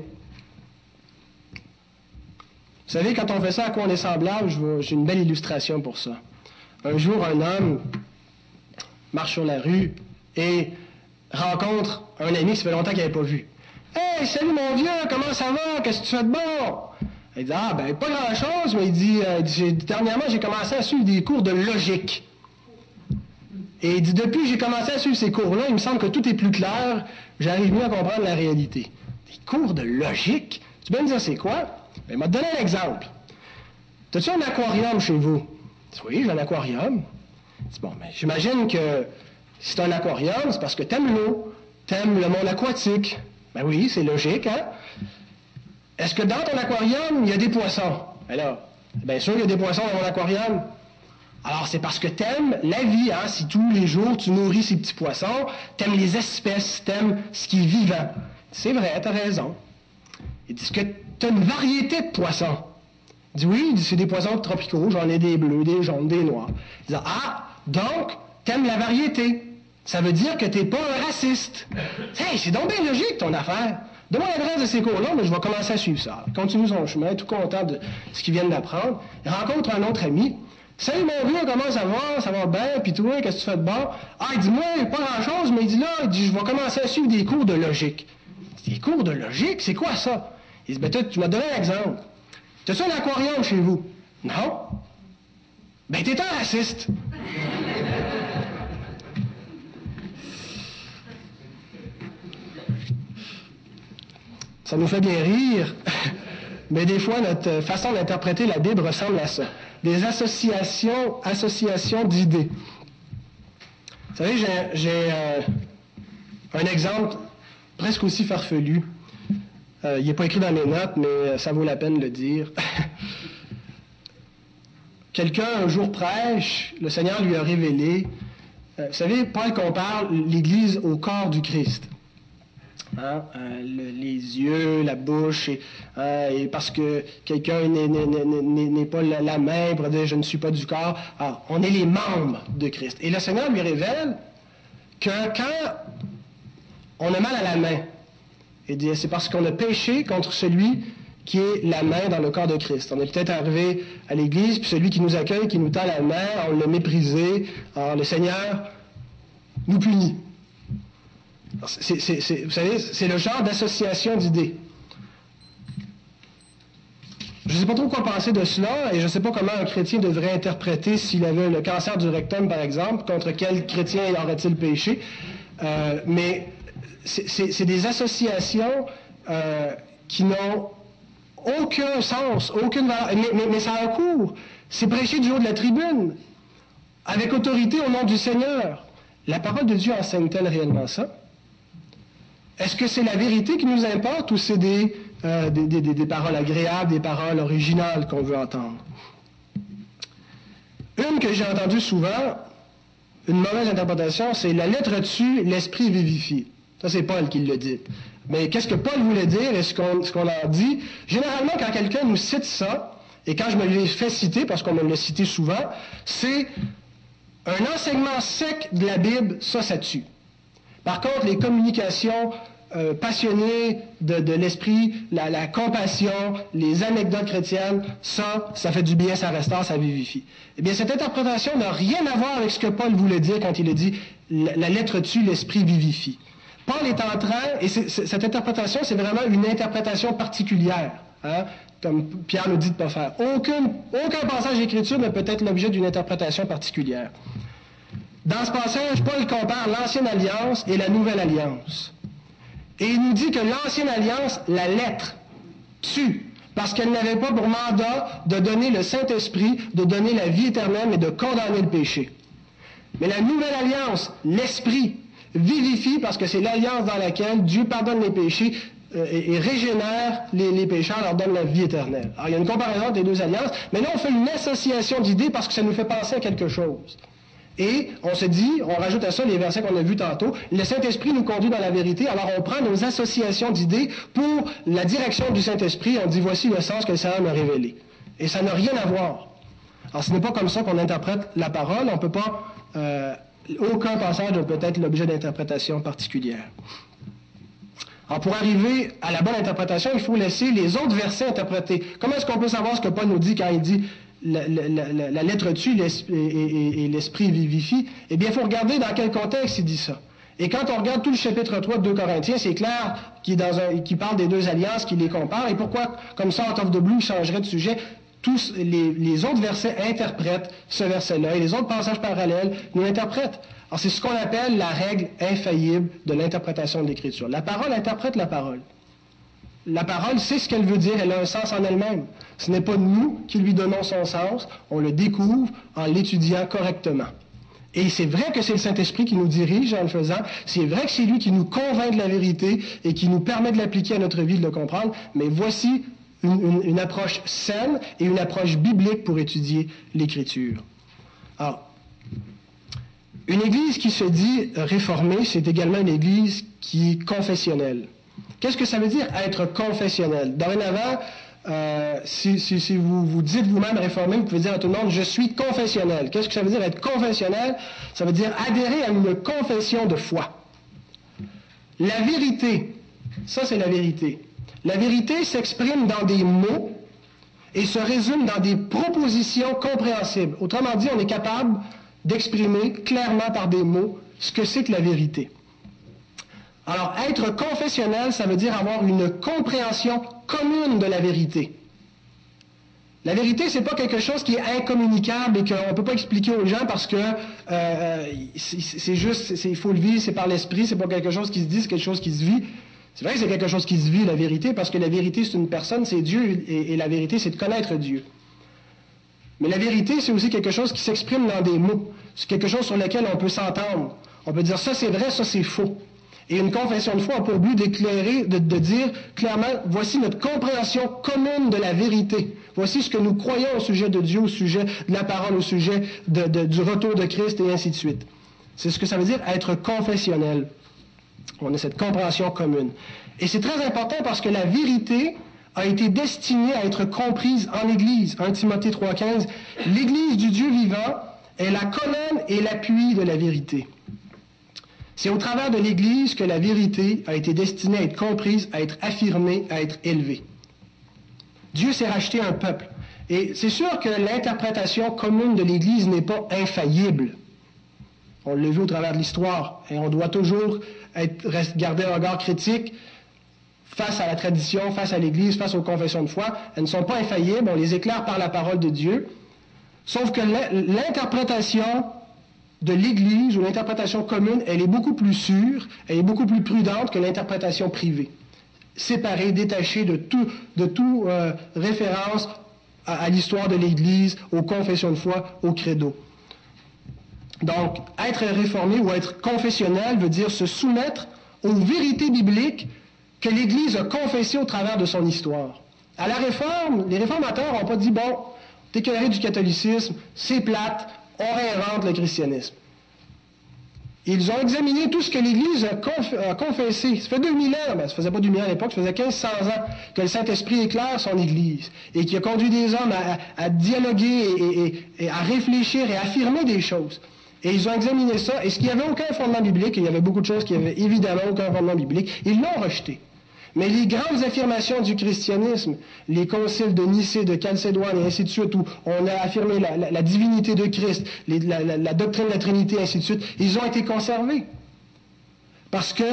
Vous savez, quand on fait ça, à quoi on est semblable, j'ai une belle illustration pour ça. Un jour, un homme marche sur la rue et rencontre un ami que ça fait longtemps qu'il n'avait pas vu. « Hey, salut mon vieux, comment ça va? Qu'est-ce que tu fais de bon? » Il dit « Ah, ben, pas grand-chose, mais il dit dernièrement, j'ai commencé à suivre des cours de logique. » Et il dit « Depuis que j'ai commencé à suivre ces cours-là, il me semble que tout est plus clair, j'arrive mieux à comprendre la réalité. » Des cours de logique? Tu peux me dire c'est quoi? Ben, il m'a donné un exemple. T'as-tu un aquarium chez vous? Oui, j'ai un aquarium. C'est bon, mais j'imagine que si t'as un aquarium, c'est parce que t'aimes l'eau, t'aimes le monde aquatique. Ben oui, c'est logique, hein? Est-ce que dans ton aquarium, il y a des poissons? Alors, bien sûr, il y a des poissons dans mon aquarium. Alors, c'est parce que t'aimes la vie, hein? Si tous les jours, tu nourris ces petits poissons, t'aimes les espèces, t'aimes ce qui est vivant. C'est vrai, t'as raison. Il dit, est-ce que t'as une variété de poissons? Il dit, oui, c'est des poissons tropicaux, j'en ai des bleus, des jaunes, des noirs. Il dit, ah, donc, t'aimes la variété. Ça veut dire que t'es pas un raciste. Hey, c'est donc bien logique, ton affaire. Donne-moi l'adresse de ces cours-là, mais je vais commencer à suivre ça. Il continue son chemin, tout content de ce qu'il vient d'apprendre. Il rencontre un autre ami. Salut mon vieux, comment ça va? Ça va bien? Puis toi, qu'est-ce que tu fais de bon? Ah, il dit, moi, pas grand-chose, mais il dit là, je vais commencer à suivre des cours de logique. Des cours de logique? C'est quoi ça? Il dit, ben, tu m'as donné un exemple. T'as-tu un aquarium chez vous? Non. Ben, t'es un raciste. Ça nous fait bien rire, mais des fois, notre façon d'interpréter la Bible ressemble à ça. Des associations d'idées. Vous savez, j'ai un exemple presque aussi farfelu. Il n'est pas écrit dans mes notes, mais ça vaut la peine de le dire. Quelqu'un, un jour, prêche, le Seigneur lui a révélé. Vous savez, Paul compare l'Église au corps du Christ. Hein, les yeux, la bouche, et parce que quelqu'un n'est pas la main pour dire « je ne suis pas du corps », on est les membres de Christ. Et le Seigneur lui révèle que quand on a mal à la main, il dit c'est parce qu'on a péché contre celui qui est la main dans le corps de Christ. On est peut-être arrivé à l'Église, puis celui qui nous accueille, qui nous tend la main, on l'a méprisé, alors le Seigneur nous punit. Vous savez, c'est le genre d'association d'idées. Je ne sais pas trop quoi penser de cela, et je ne sais pas comment un chrétien devrait interpréter s'il avait le cancer du rectum, par exemple, contre quel chrétien aurait-il péché. Mais c'est des associations qui n'ont aucun sens, aucune valeur, mais ça a un cours. C'est prêché du haut de la tribune, avec autorité au nom du Seigneur. La parole de Dieu enseigne-t-elle réellement ça? Est-ce que c'est la vérité qui nous importe ou c'est des paroles agréables, des paroles originales qu'on veut entendre? Une que j'ai entendue souvent, une mauvaise interprétation, c'est « la lettre tue, l'esprit vivifie ». Ça, c'est Paul qui le dit. Mais qu'est-ce que Paul voulait dire et ce qu'on en dit? Généralement, quand quelqu'un nous cite ça, et quand je me l'ai fait citer, parce qu'on me l'a cité souvent, c'est un enseignement sec de la Bible, ça tue. Par contre, les communications passionnées de l'esprit, la compassion, les anecdotes chrétiennes, ça fait du bien, ça restaure, ça vivifie. Eh bien, cette interprétation n'a rien à voir avec ce que Paul voulait dire quand il a dit « la lettre tue, l'esprit vivifie ». Paul est en train, et cette interprétation, c'est vraiment une interprétation particulière, hein, comme Pierre nous dit de ne pas faire. Aucun passage d'écriture ne peut être l'objet d'une interprétation particulière. Dans ce passage, Paul compare l'Ancienne Alliance et la Nouvelle Alliance. Et il nous dit que l'Ancienne Alliance, la lettre, tue, parce qu'elle n'avait pas pour mandat de donner le Saint-Esprit, de donner la vie éternelle, mais de condamner le péché. Mais la Nouvelle Alliance, l'Esprit, vivifie, parce que c'est l'alliance dans laquelle Dieu pardonne les péchés, et régénère les pécheurs, leur donne la vie éternelle. Alors, il y a une comparaison des deux alliances, mais là, on fait une association d'idées parce que ça nous fait penser à quelque chose. Et on se dit, on rajoute à ça les versets qu'on a vus tantôt, le Saint-Esprit nous conduit dans la vérité, alors on prend nos associations d'idées pour la direction du Saint-Esprit, on dit, voici le sens que le Seigneur m'a révélé. Et ça n'a rien à voir. Alors, ce n'est pas comme ça qu'on interprète la parole, on ne peut pas... aucun passage ne peut être l'objet d'interprétation particulière. Alors, pour arriver à la bonne interprétation, il faut laisser les autres versets interprétés. Comment est-ce qu'on peut savoir ce que Paul nous dit quand il dit la lettre tue et l'esprit vivifie? Eh bien, il faut regarder dans quel contexte il dit ça. Et quand on regarde tout le chapitre 3 de 2 Corinthiens, c'est clair qu'il parle des deux alliances, qu'il les compare. Et pourquoi, comme ça, out of the blue, il changerait de sujet? Tous les autres versets interprètent ce verset-là et les autres passages parallèles nous interprètent. Alors, c'est ce qu'on appelle la règle infaillible de l'interprétation de l'Écriture. La parole interprète la parole. La parole sait ce qu'elle veut dire, elle a un sens en elle-même. Ce n'est pas nous qui lui donnons son sens, on le découvre en l'étudiant correctement. Et c'est vrai que c'est le Saint-Esprit qui nous dirige en le faisant, c'est vrai que c'est lui qui nous convainc de la vérité et qui nous permet de l'appliquer à notre vie, de le comprendre, mais voici une approche saine et une approche biblique pour étudier l'Écriture. Alors, une Église qui se dit réformée, c'est également une Église qui est confessionnelle. Qu'est-ce que ça veut dire être confessionnel? Dorénavant, si vous dites vous-même réformé, vous pouvez dire à tout le monde, je suis confessionnel. Qu'est-ce que ça veut dire être confessionnel? Ça veut dire adhérer à une confession de foi. La vérité, ça c'est la vérité. La vérité s'exprime dans des mots et se résume dans des propositions compréhensibles. Autrement dit, on est capable d'exprimer clairement par des mots ce que c'est que la vérité. Alors, être confessionnel, ça veut dire avoir une compréhension commune de la vérité. La vérité, c'est pas quelque chose qui est incommunicable et qu'on ne peut pas expliquer aux gens parce que c'est juste, il faut le vivre, c'est par l'esprit, c'est pas quelque chose qui se dit, c'est quelque chose qui se vit. C'est vrai que c'est quelque chose qui se vit, la vérité, parce que la vérité, c'est une personne, c'est Dieu, et la vérité, c'est de connaître Dieu. Mais la vérité, c'est aussi quelque chose qui s'exprime dans des mots. C'est quelque chose sur lequel on peut s'entendre. On peut dire ça c'est vrai, ça c'est faux. Et une confession de foi a pour but d'éclairer, de dire clairement, voici notre compréhension commune de la vérité. Voici ce que nous croyons au sujet de Dieu, au sujet de la parole, au sujet du retour de Christ, et ainsi de suite. C'est ce que ça veut dire être confessionnel. On a cette compréhension commune. Et c'est très important parce que la vérité a été destinée à être comprise en Église. 1 Timothée 3,15, l'Église du Dieu vivant est la colonne et l'appui de la vérité. C'est au travers de l'Église que la vérité a été destinée à être comprise, à être affirmée, à être élevée. Dieu s'est racheté un peuple. Et c'est sûr que l'interprétation commune de l'Église n'est pas infaillible. On l'a vu au travers de l'histoire. Et on doit toujours garder un regard critique face à la tradition, face à l'Église, face aux confessions de foi. Elles ne sont pas infaillibles, on les éclaire par la parole de Dieu. Sauf que l'interprétation de l'Église ou l'interprétation commune, elle est beaucoup plus sûre, elle est beaucoup plus prudente que l'interprétation privée. Séparée, détachée de tout référence à l'histoire de l'Église, aux confessions de foi, au credo. Donc, être réformé ou être confessionnel veut dire se soumettre aux vérités bibliques que l'Église a confessées au travers de son histoire. À la Réforme, les réformateurs n'ont pas dit, bon, t'es écœuré du catholicisme, c'est plate, on réinvente le christianisme. Ils ont examiné tout ce que l'Église a confessé. Ça fait 2000 ans, ça faisait pas 2000 ans à l'époque, ça faisait 1500 ans que le Saint-Esprit éclaire son Église et qui a conduit des hommes à dialoguer et à réfléchir et à affirmer des choses. Et ils ont examiné ça, et ce qui n'avait aucun fondement biblique, et il y avait beaucoup de choses qui n'avaient évidemment aucun fondement biblique, ils l'ont rejeté. Mais les grandes affirmations du christianisme, les conciles de Nicée, de Chalcédoine et ainsi de suite, où on a affirmé la divinité de Christ, la doctrine de la Trinité, et ainsi de suite, ils ont été conservés. Parce que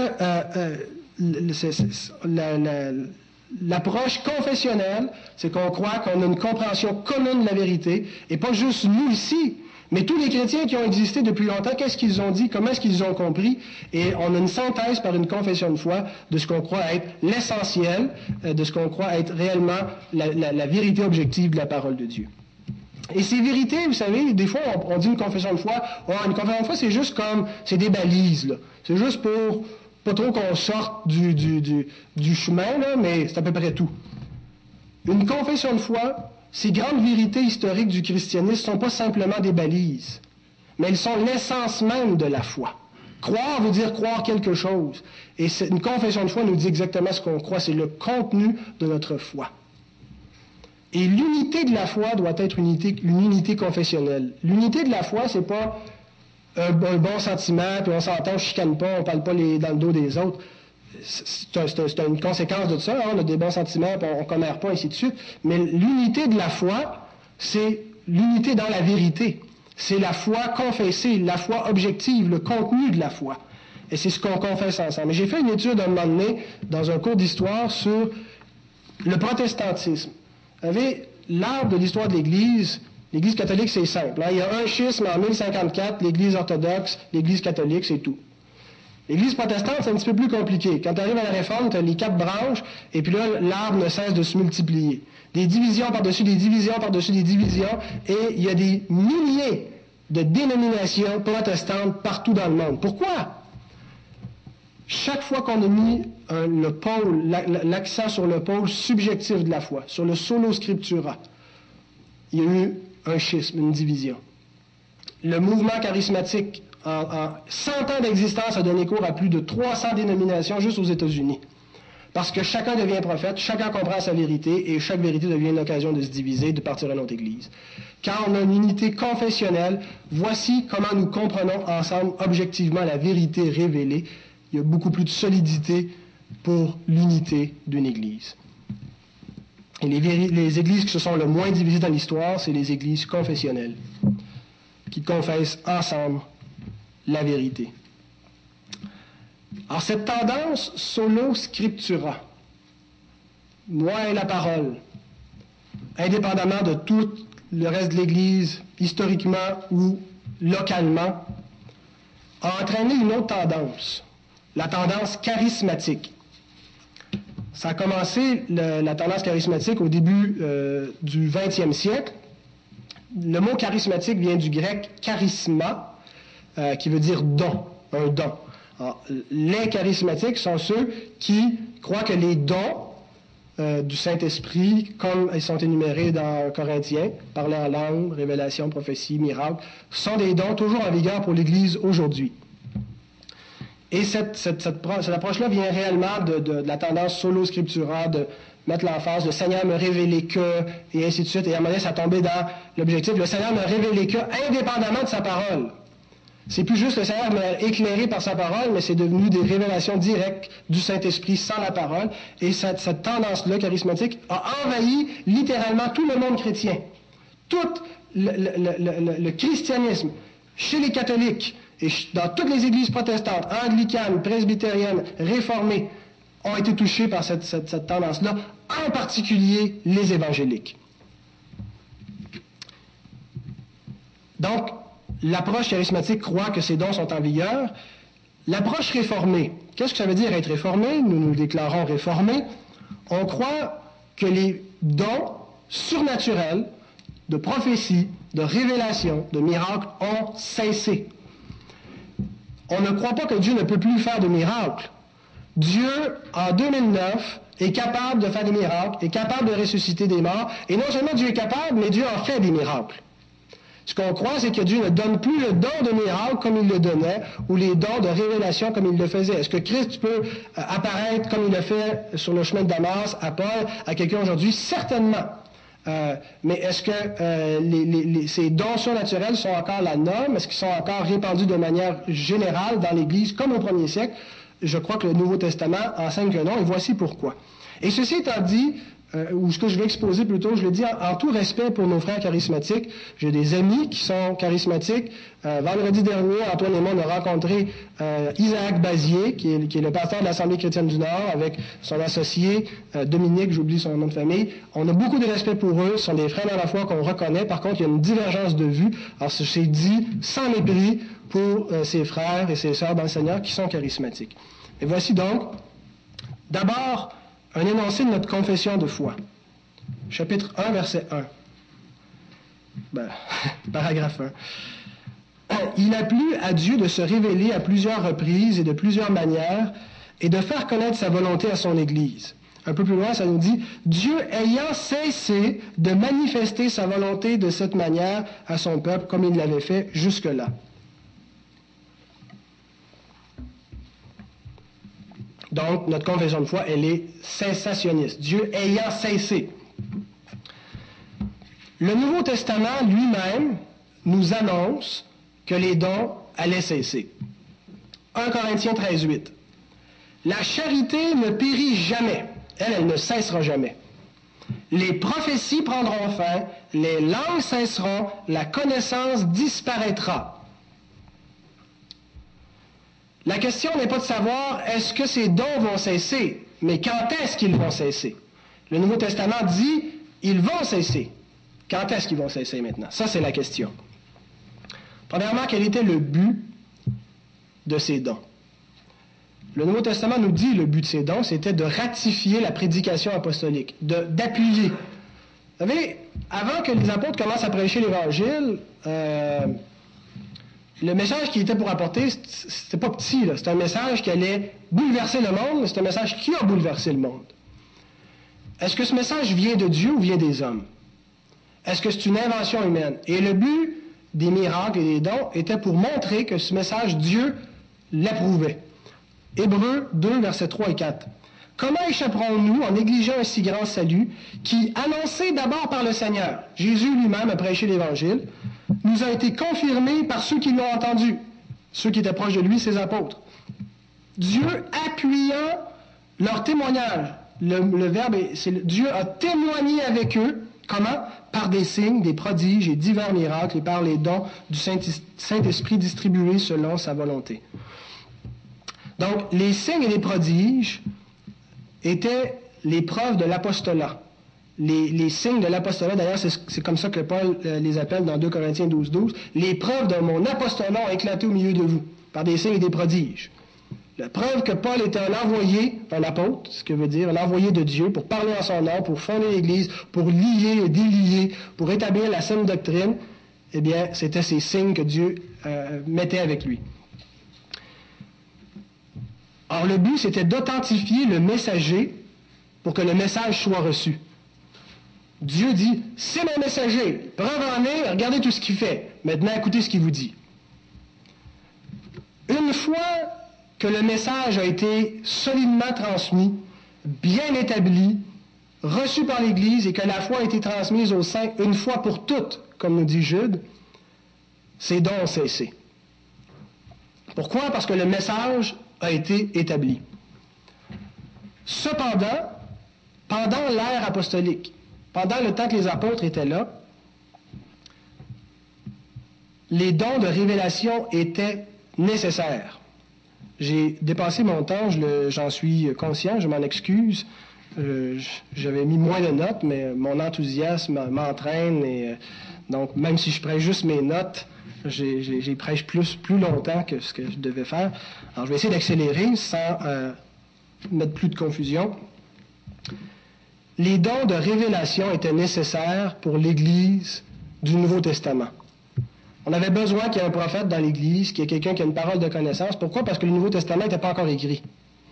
l'approche confessionnelle, c'est qu'on croit qu'on a une compréhension commune de la vérité, et pas juste nous ici, mais tous les chrétiens qui ont existé depuis longtemps, qu'est-ce qu'ils ont dit, comment est-ce qu'ils ont compris, et on a une synthèse par une confession de foi de ce qu'on croit être l'essentiel, de ce qu'on croit être réellement la vérité objective de la parole de Dieu. Et ces vérités, vous savez, des fois on dit une confession de foi, une confession de foi c'est juste comme, c'est des balises, là. C'est juste pour pas trop qu'on sorte du chemin, là, mais c'est à peu près tout. Une confession de foi, ces grandes vérités historiques du christianisme ne sont pas simplement des balises, mais elles sont l'essence même de la foi. Croire veut dire croire quelque chose. Et une confession de foi nous dit exactement ce qu'on croit, c'est le contenu de notre foi. Et l'unité de la foi doit être une unité confessionnelle. L'unité de la foi, c'est pas un bon sentiment, puis on s'entend, on chicane pas, on parle pas dans le dos des autres. C'est une conséquence de ça, hein, on a des bons sentiments, puis on commère pas, ainsi de suite. Mais l'unité de la foi, c'est l'unité dans la vérité. C'est la foi confessée, la foi objective, le contenu de la foi. Et c'est ce qu'on confesse ensemble. J'ai fait une étude à un moment donné, dans un cours d'histoire, sur le protestantisme. Vous savez, l'arbre de l'histoire de l'Église catholique, c'est simple. Hein? Il y a un schisme en 1054, l'Église orthodoxe, l'Église catholique, c'est tout. L'Église protestante, c'est un petit peu plus compliqué. Quand tu arrives à la Réforme, tu as les 4 branches, et puis là, l'arbre ne cesse de se multiplier. Des divisions par-dessus des divisions par-dessus des divisions, et il y a des milliers de dénominations protestantes partout dans le monde. Pourquoi? Chaque fois qu'on a mis l'accent sur le pôle subjectif de la foi, sur le solo scriptura, il y a eu un schisme, une division. Le mouvement charismatique, en 100 ans d'existence, a donné cours à plus de 300 dénominations juste aux États-Unis. Parce que chacun devient prophète, chacun comprend sa vérité, et chaque vérité devient une occasion de se diviser, de partir à notre Église. Quand on a une unité confessionnelle, voici comment nous comprenons ensemble objectivement la vérité révélée. Il y a beaucoup plus de solidité pour l'unité d'une Église. Et les Églises qui se sont le moins divisées dans l'histoire, c'est les Églises confessionnelles, qui confessent ensemble la vérité. Alors, cette tendance solo scriptura, moi et la parole, indépendamment de tout le reste de l'Église, historiquement ou localement, a entraîné une autre tendance, la tendance charismatique. Ça a commencé, la tendance charismatique, au début du 20e siècle. Le mot charismatique vient du grec charisma, qui veut dire don, un don. Alors, les charismatiques sont ceux qui croient que les dons du Saint-Esprit, comme ils sont énumérés dans Corinthiens, parler en langue, révélation, prophétie, miracle, sont des dons toujours en vigueur pour l'Église aujourd'hui. Et cette approche-là vient réellement de la tendance solo scriptura, de mettre l'emphase, le Seigneur me révélait que, et ainsi de suite. Et à un moment donné, ça tombait dans l'objectif, le Seigneur me révélait que, indépendamment de sa parole. C'est plus juste le Seigneur m'a éclairé par sa parole, mais c'est devenu des révélations directes du Saint-Esprit sans la parole. Et cette tendance-là, charismatique, a envahi littéralement tout le monde chrétien. Tout le christianisme, chez les catholiques, et dans toutes les églises protestantes, anglicanes, presbytériennes, réformées, ont été touchés par cette tendance-là, en particulier les évangéliques. Donc, l'approche charismatique croit que ces dons sont en vigueur. L'approche réformée, qu'est-ce que ça veut dire être réformé? Nous nous déclarons réformés. On croit que les dons surnaturels de prophétie, de révélation, de miracles ont cessé. On ne croit pas que Dieu ne peut plus faire de miracles. Dieu, en 2009, est capable de faire des miracles, est capable de ressusciter des morts, et non seulement Dieu est capable, mais Dieu en fait des miracles. Ce qu'on croit, c'est que Dieu ne donne plus le don de miracle comme il le donnait, ou les dons de révélation comme il le faisait. Est-ce que Christ peut apparaître comme il l'a fait sur le chemin de Damas, à Paul, à quelqu'un aujourd'hui? Certainement. Mais est-ce que ces dons surnaturels sont encore la norme? Est-ce qu'ils sont encore répandus de manière générale dans l'Église, comme au premier siècle? Je crois que le Nouveau Testament enseigne que non, et voici pourquoi. Et ceci étant dit, ou ce que je vais exposer plutôt, je le dis en tout respect pour nos frères charismatiques. J'ai des amis qui sont charismatiques. Vendredi dernier, Antoine et moi, on a rencontré Isaac Bazier, qui est le pasteur de l'Assemblée chrétienne du Nord, avec son associé Dominique, j'oublie son nom de famille. On a beaucoup de respect pour eux, ce sont des frères dans la foi qu'on reconnaît. Par contre, il y a une divergence de vue. Alors, c'est dit sans mépris pour ses frères et ses sœurs dans le Seigneur qui sont charismatiques. Et voici donc, d'abord, un énoncé de notre confession de foi. Chapitre 1, verset 1. Paragraphe 1. il a plu à Dieu de se révéler à plusieurs reprises et de plusieurs manières et de faire connaître sa volonté à son Église. Un peu plus loin, ça nous dit « Dieu ayant cessé de manifester sa volonté de cette manière à son peuple comme il l'avait fait jusque-là. » Donc, notre confession de foi, elle est cessationniste. Dieu ayant cessé. Le Nouveau Testament lui-même nous annonce que les dons allaient cesser. 1 Corinthiens 13, 8. La charité ne périt jamais. Elle ne cessera jamais. Les prophéties prendront fin, les langues cesseront, la connaissance disparaîtra. La question n'est pas de savoir est-ce que ces dons vont cesser, mais quand est-ce qu'ils vont cesser? Le Nouveau Testament dit ils vont cesser. Quand est-ce qu'ils vont cesser maintenant? Ça, c'est la question. Premièrement, quel était le but de ces dons? Le Nouveau Testament nous dit le but de ces dons, c'était de ratifier la prédication apostolique, d'appuyer. Vous savez, avant que les apôtres commencent à prêcher l'Évangile, le message qui était pour apporter, c'était pas petit, là. C'était un message qui allait bouleverser le monde, mais c'est un message qui a bouleversé le monde. Est-ce que ce message vient de Dieu ou vient des hommes? Est-ce que c'est une invention humaine? Et le but des miracles et des dons était pour montrer que ce message, Dieu l'approuvait. Hébreux 2, versets 3 et 4. Comment échapperons-nous en négligeant un si grand salut qui, annoncé d'abord par le Seigneur, Jésus lui-même a prêché l'Évangile, nous a été confirmé par ceux qui l'ont entendu, ceux qui étaient proches de lui, ses apôtres. Dieu appuyant leur témoignage. Le verbe, Dieu a témoigné avec eux. Comment? Par des signes, des prodiges et divers miracles et par les dons du Saint-Esprit distribués selon sa volonté. Donc, les signes et les prodiges étaient les preuves de l'apostolat. Les signes de l'apostolat, d'ailleurs, c'est comme ça que Paul les appelle dans 2 Corinthiens 12, 12. Les preuves de mon apostolat ont éclaté au milieu de vous, par des signes et des prodiges. La preuve que Paul était un envoyé, un apôtre, ce que veut dire un envoyé de Dieu, pour parler en son nom, pour fonder l'Église, pour lier et délier, pour établir la saine doctrine, eh bien, c'était ces signes que Dieu mettait avec lui. Or, le but, c'était d'authentifier le messager pour que le message soit reçu. Dieu dit, c'est mon messager, preuve en est, regardez tout ce qu'il fait. Maintenant, écoutez ce qu'il vous dit. Une fois que le message a été solidement transmis, bien établi, reçu par l'Église et que la foi a été transmise aux saints une fois pour toutes, comme nous dit Jude, ces dons ont cessé. Pourquoi? Parce que le message a été établi. Cependant, pendant l'ère apostolique, pendant le temps que les apôtres étaient là, les dons de révélation étaient nécessaires. J'ai dépassé mon temps, j'en suis conscient, je m'en excuse. J'avais mis moins de notes, mais mon enthousiasme m'entraîne. Et, donc, même si je prêche juste mes notes, j'ai prêche plus longtemps que ce que je devais faire. Alors, je vais essayer d'accélérer sans mettre plus de confusion. Les dons de révélation étaient nécessaires pour l'Église du Nouveau Testament. On avait besoin qu'il y ait un prophète dans l'Église, qu'il y ait quelqu'un qui a une parole de connaissance. Pourquoi? Parce que le Nouveau Testament n'était pas encore écrit.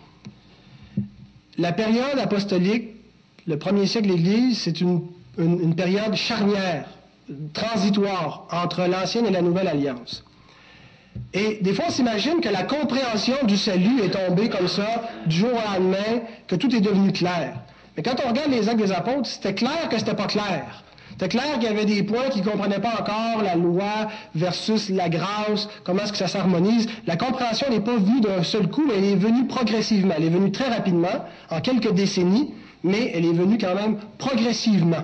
La période apostolique, le premier siècle de l'Église, c'est une période charnière, transitoire, entre l'Ancienne et la Nouvelle Alliance. Et des fois, on s'imagine que la compréhension du salut est tombée comme ça, du jour au lendemain, que tout est devenu clair. Mais quand on regarde les Actes des Apôtres, c'était clair que c'était pas clair. C'était clair qu'il y avait des points qu'ils ne comprenaient pas encore, la loi versus la grâce, comment est-ce que ça s'harmonise. La compréhension n'est pas venue d'un seul coup, mais elle est venue progressivement. Elle est venue très rapidement, en quelques décennies, mais elle est venue quand même progressivement.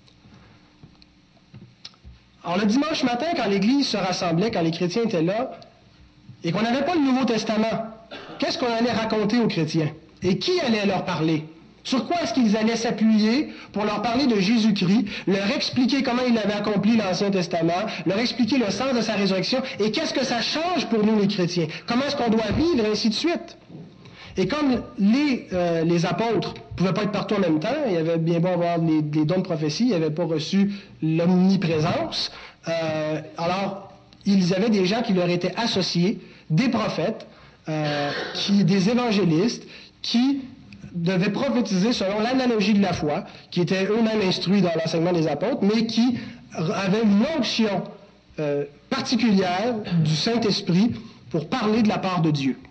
Alors le dimanche matin, quand l'Église se rassemblait, quand les chrétiens étaient là, et qu'on n'avait pas le Nouveau Testament, qu'est-ce qu'on allait raconter aux chrétiens? Et qui allait leur parler? Sur quoi est-ce qu'ils allaient s'appuyer pour leur parler de Jésus-Christ, leur expliquer comment il avait accompli l'Ancien Testament, leur expliquer le sens de sa résurrection, et qu'est-ce que ça change pour nous les chrétiens? Comment est-ce qu'on doit vivre, et ainsi de suite? Et comme les apôtres ne pouvaient pas être partout en même temps, il y avait bien beau avoir les dons de prophétie, ils n'avaient pas reçu l'omniprésence, alors ils avaient des gens qui leur étaient associés, des prophètes, des évangélistes, qui devaient prophétiser selon l'analogie de la foi, qui étaient eux-mêmes instruits dans l'enseignement des apôtres, mais qui avaient une onction particulière du Saint-Esprit pour parler de la part de Dieu.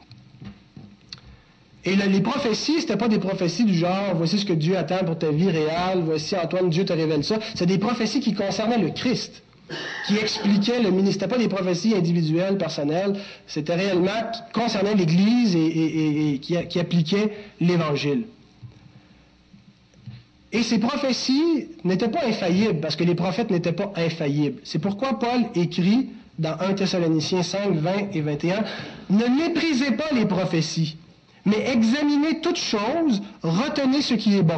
Et les prophéties, c'était pas des prophéties du genre « Voici ce que Dieu attend pour ta vie réelle, voici Antoine, Dieu te révèle ça ». C'est des prophéties qui concernaient le Christ, qui expliquaient le ministère. C'était pas des prophéties individuelles, personnelles, c'était réellement qui concernaient l'Église et qui appliquaient l'Évangile. Et ces prophéties n'étaient pas infaillibles, parce que les prophètes n'étaient pas infaillibles. C'est pourquoi Paul écrit dans 1 Thessaloniciens 5, 20 et 21, « Ne méprisez pas les prophéties, mais examinez toutes choses, retenez ce qui est bon. »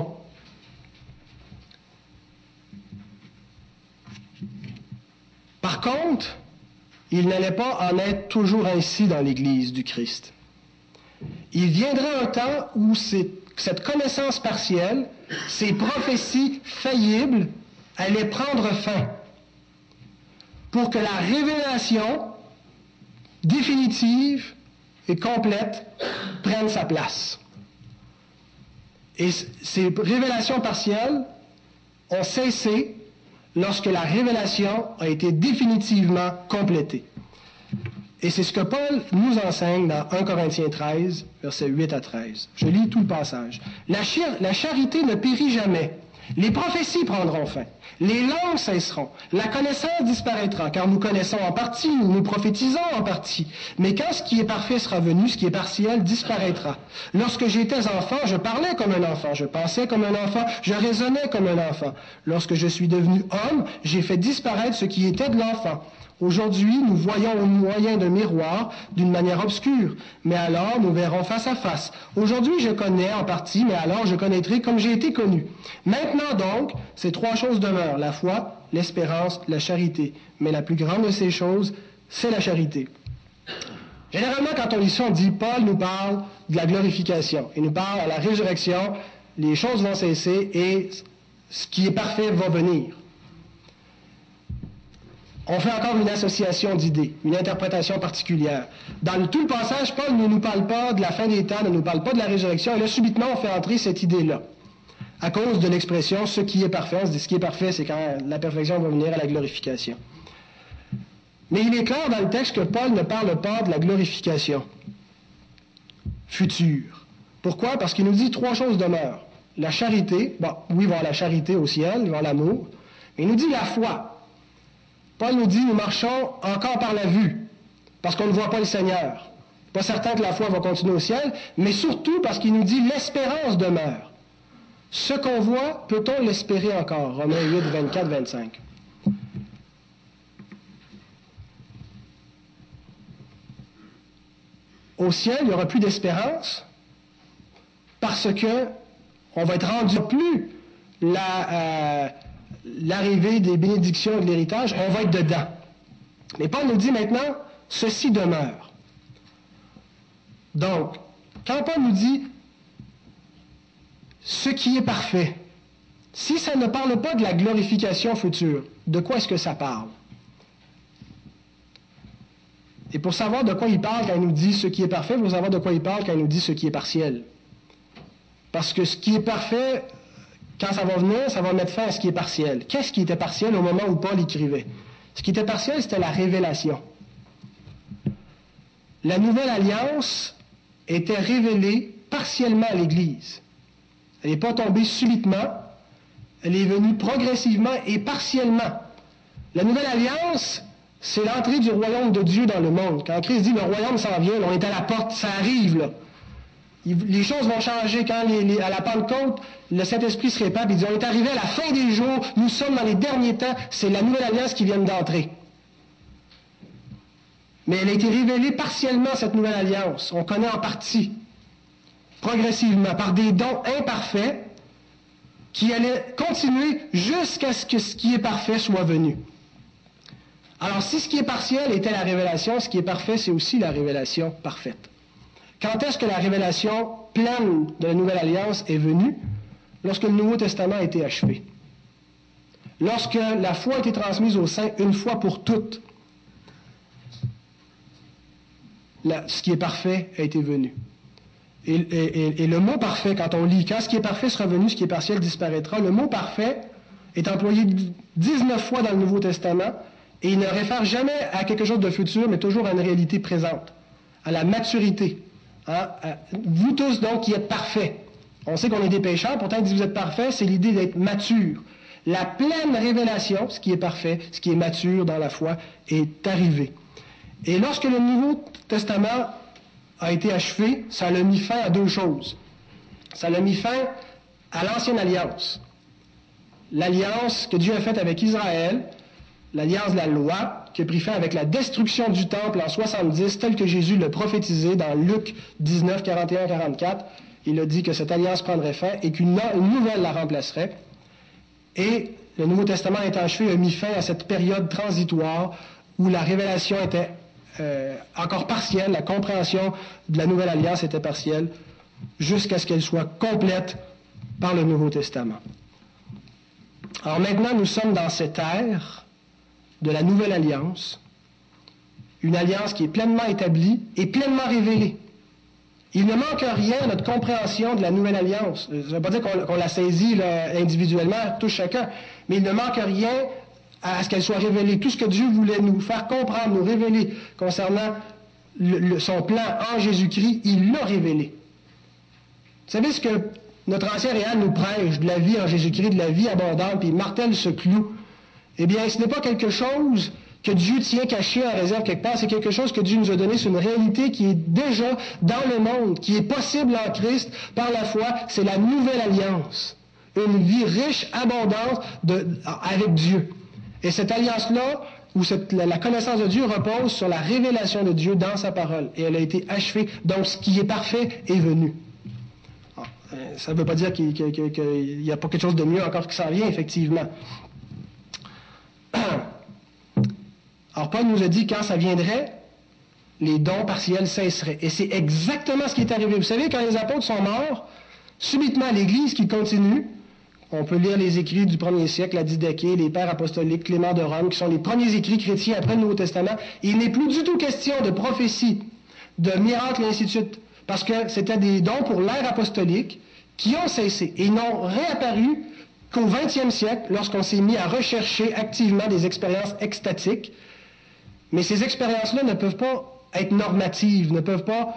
Par contre, il n'allait pas en être toujours ainsi dans l'Église du Christ. Il viendra un temps où cette connaissance partielle, ces prophéties faillibles, allaient prendre fin pour que la révélation définitive et complète prenne sa place. Et ces révélations partielles ont cessé lorsque la révélation a été définitivement complétée. Et c'est ce que Paul nous enseigne dans 1 Corinthiens 13, versets 8 à 13. Je lis tout le passage. La charité ne périt jamais. Les prophéties prendront fin. Les langues cesseront. La connaissance disparaîtra, car nous connaissons en partie, nous prophétisons en partie. Mais quand ce qui est parfait sera venu, ce qui est partiel disparaîtra. Lorsque j'étais enfant, je parlais comme un enfant, je pensais comme un enfant, je raisonnais comme un enfant. Lorsque je suis devenu homme, j'ai fait disparaître ce qui était de l'enfant. Aujourd'hui, nous voyons au moyen d'un miroir d'une manière obscure, mais alors nous verrons face à face. Aujourd'hui, je connais en partie, mais alors je connaîtrai comme j'ai été connu. Maintenant donc, ces trois choses demeurent, la foi, l'espérance, la charité. Mais la plus grande de ces choses, c'est la charité. Généralement, quand on lit ça, on dit, Paul nous parle de la glorification. Il nous parle à la résurrection, les choses vont cesser et ce qui est parfait va venir. On fait encore une association d'idées, une interprétation particulière. Dans tout le passage, Paul ne nous parle pas de la fin des temps, ne nous parle pas de la résurrection, et là, subitement, on fait entrer cette idée-là. À cause de l'expression « ce qui est parfait », on se dit « ce qui est parfait, c'est quand la perfection va venir à la glorification ». Mais il est clair dans le texte que Paul ne parle pas de la glorification future. Pourquoi? Parce qu'il nous dit trois choses demeurent. La charité, bon, oui, il va y avoir la charité au ciel, il va y avoir l'amour, mais il nous dit la foi. Paul nous dit, nous marchons encore par la vue, parce qu'on ne voit pas le Seigneur. Pas certain que la foi va continuer au ciel, mais surtout parce qu'il nous dit, l'espérance demeure. Ce qu'on voit, peut-on l'espérer encore? Romains 8, 24, 25. Au ciel, il n'y aura plus d'espérance, parce que on va être rendu plus l'arrivée des bénédictions et de l'héritage, on va être dedans. Mais Paul nous dit maintenant, ceci demeure. Donc, quand Paul nous dit ce qui est parfait, si ça ne parle pas de la glorification future, de quoi est-ce que ça parle? Et pour savoir de quoi il parle quand il nous dit ce qui est parfait, il faut savoir de quoi il parle quand il nous dit ce qui est partiel. Parce que ce qui est parfait, quand ça va venir, ça va mettre fin à ce qui est partiel. Qu'est-ce qui était partiel au moment où Paul écrivait? Ce qui était partiel, c'était la révélation. La nouvelle alliance était révélée partiellement à l'Église. Elle n'est pas tombée subitement, elle est venue progressivement et partiellement. La nouvelle alliance, c'est l'entrée du royaume de Dieu dans le monde. Quand Christ dit « le royaume s'en vient », on est à la porte, ça arrive là. Les choses vont changer quand, à la Pentecôte, le Saint-Esprit se répand et il dit « on est arrivé à la fin des jours, nous sommes dans les derniers temps, c'est la nouvelle alliance qui vient d'entrer ». Mais elle a été révélée partiellement, cette nouvelle alliance. On connaît en partie, progressivement, par des dons imparfaits qui allaient continuer jusqu'à ce que ce qui est parfait soit venu. Alors, si ce qui est partiel était la révélation, ce qui est parfait, c'est aussi la révélation parfaite. Quand est-ce que la révélation pleine de la Nouvelle Alliance est venue? Lorsque le Nouveau Testament a été achevé. Lorsque la foi a été transmise aux saints une fois pour toutes. ce qui est parfait a été venu. Et le mot parfait, quand on lit, quand ce qui est parfait sera venu, ce qui est partiel disparaîtra, le mot parfait est employé 19 fois dans le Nouveau Testament, et il ne réfère jamais à quelque chose de futur, mais toujours à une réalité présente, à la maturité. Hein? Vous tous, donc, qui êtes parfaits. On sait qu'on est des pécheurs, pourtant, il dit vous êtes parfaits, c'est l'idée d'être mature. La pleine révélation, ce qui est parfait, ce qui est mature dans la foi, est arrivé. Et lorsque le Nouveau Testament a été achevé, ça l'a mis fin à deux choses. Ça l'a mis fin à l'ancienne alliance. L'alliance que Dieu a faite avec Israël, l'alliance de la loi, qui a pris fin avec la destruction du temple en 70, tel que Jésus l'a prophétisé dans Luc 19, 41, 44. Il a dit que cette alliance prendrait fin et qu'une nouvelle la remplacerait. Et le Nouveau Testament étant achevé a mis fin à cette période transitoire où la révélation était encore partielle, la compréhension de la nouvelle alliance était partielle, jusqu'à ce qu'elle soit complète par le Nouveau Testament. Alors maintenant, nous sommes dans cette ère de la nouvelle alliance, une alliance qui est pleinement établie et pleinement révélée. Il ne manque rien à notre compréhension de la nouvelle alliance. Ça ne veut pas dire qu'on la saisit là, individuellement, tous chacun, mais il ne manque rien à ce qu'elle soit révélée. Tout ce que Dieu voulait nous faire comprendre, nous révéler concernant son plan en Jésus-Christ, il l'a révélé. Vous savez ce que notre ancien Réal nous prêche de la vie en Jésus-Christ, de la vie abondante, puis il martèle ce clou. Eh bien, ce n'est pas quelque chose que Dieu tient caché en réserve quelque part, c'est quelque chose que Dieu nous a donné, c'est une réalité qui est déjà dans le monde, qui est possible en Christ par la foi, c'est la nouvelle alliance. Une vie riche, abondante avec Dieu. Et cette alliance-là, où la connaissance de Dieu repose sur la révélation de Dieu dans sa parole. Et elle a été achevée. Donc, ce qui est parfait est venu. Ça ne veut pas dire qu'il n'y a pas quelque chose de mieux encore qui s'en vient, effectivement. Alors, Paul nous a dit, quand ça viendrait, les dons partiels cesseraient. Et c'est exactement ce qui est arrivé. Vous savez, quand les apôtres sont morts, subitement, l'Église qui continue, on peut lire les écrits du 1er siècle, la Didaché, les pères apostoliques, Clément de Rome, qui sont les premiers écrits chrétiens après le Nouveau Testament. Il n'est plus du tout question de prophétie, de miracles, et ainsi de suite, parce que c'était des dons pour l'ère apostolique qui ont cessé et n'ont réapparu qu'au 20e siècle, lorsqu'on s'est mis à rechercher activement des expériences extatiques. Mais ces expériences-là ne peuvent pas être normatives, ne peuvent pas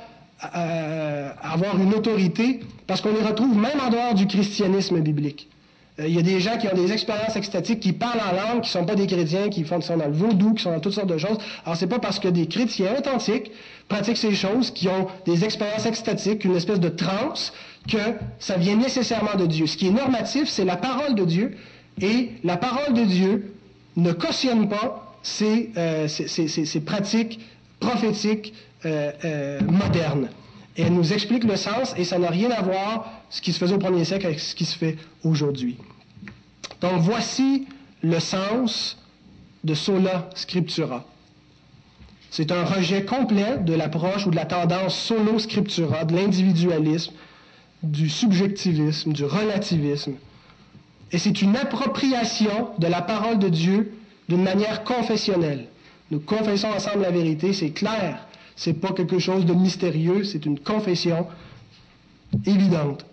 avoir une autorité, parce qu'on les retrouve même en dehors du christianisme biblique. Il y a des gens qui ont des expériences extatiques, qui parlent en langue, qui ne sont pas des chrétiens, qui sont dans le vaudou, qui sont dans toutes sortes de choses. Alors, c'est pas parce que des chrétiens authentiques pratiquent ces choses, qui ont des expériences extatiques, une espèce de transe, que ça vient nécessairement de Dieu. Ce qui est normatif, c'est la parole de Dieu, et la parole de Dieu ne cautionne pas ces pratiques prophétiques modernes. Et elle nous explique le sens, et ça n'a rien à voir ce qui se faisait au 1er siècle avec ce qui se fait aujourd'hui. Donc voici le sens de sola scriptura. C'est un rejet complet de l'approche ou de la tendance solo scriptura, de l'individualisme, du subjectivisme, du relativisme. Et c'est une appropriation de la parole de Dieu d'une manière confessionnelle. Nous confessons ensemble la vérité, c'est clair. C'est pas quelque chose de mystérieux, c'est une confession évidente.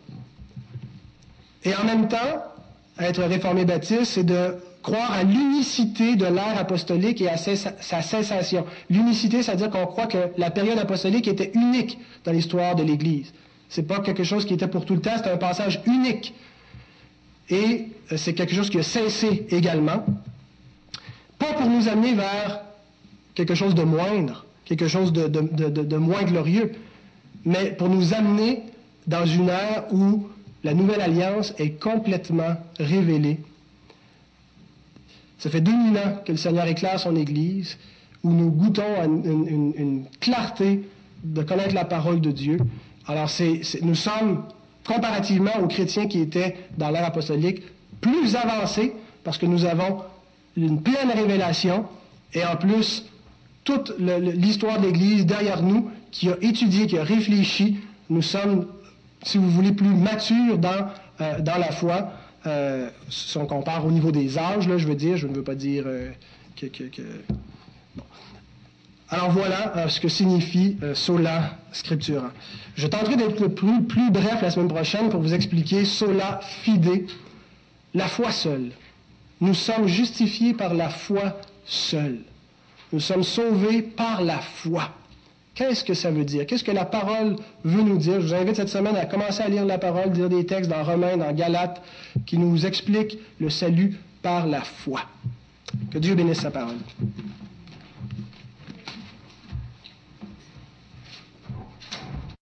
Et en même temps, être réformé baptiste, c'est de croire à l'unicité de l'ère apostolique et à sa cessation. L'unicité, c'est-à-dire qu'on croit que la période apostolique était unique dans l'histoire de l'Église. C'est pas quelque chose qui était pour tout le temps, c'est un passage unique. Et c'est quelque chose qui a cessé également. Pas pour nous amener vers quelque chose de moindre, quelque chose de moins glorieux, mais pour nous amener dans une ère où la nouvelle alliance est complètement révélée. Ça fait 2000 ans que le Seigneur éclaire son Église, où nous goûtons à une clarté de connaître la parole de Dieu. Alors, nous sommes, comparativement aux chrétiens qui étaient dans l'ère apostolique, plus avancés, parce que nous avons une pleine révélation, et en plus, toute l'histoire de l'Église derrière nous, qui a étudié, qui a réfléchi, nous sommes, si vous voulez, plus matures dans la foi, si on compare au niveau des âges, là, je veux dire, je ne veux pas dire que bon. Alors voilà ce que signifie sola scriptura. Je tenterai d'être le plus bref la semaine prochaine pour vous expliquer sola fide, la foi seule. Nous sommes justifiés par la foi seule. Nous sommes sauvés par la foi. Qu'est-ce que ça veut dire? Qu'est-ce que la parole veut nous dire? Je vous invite cette semaine à commencer à lire la parole, lire des textes dans Romains, dans Galates, qui nous expliquent le salut par la foi. Que Dieu bénisse sa parole.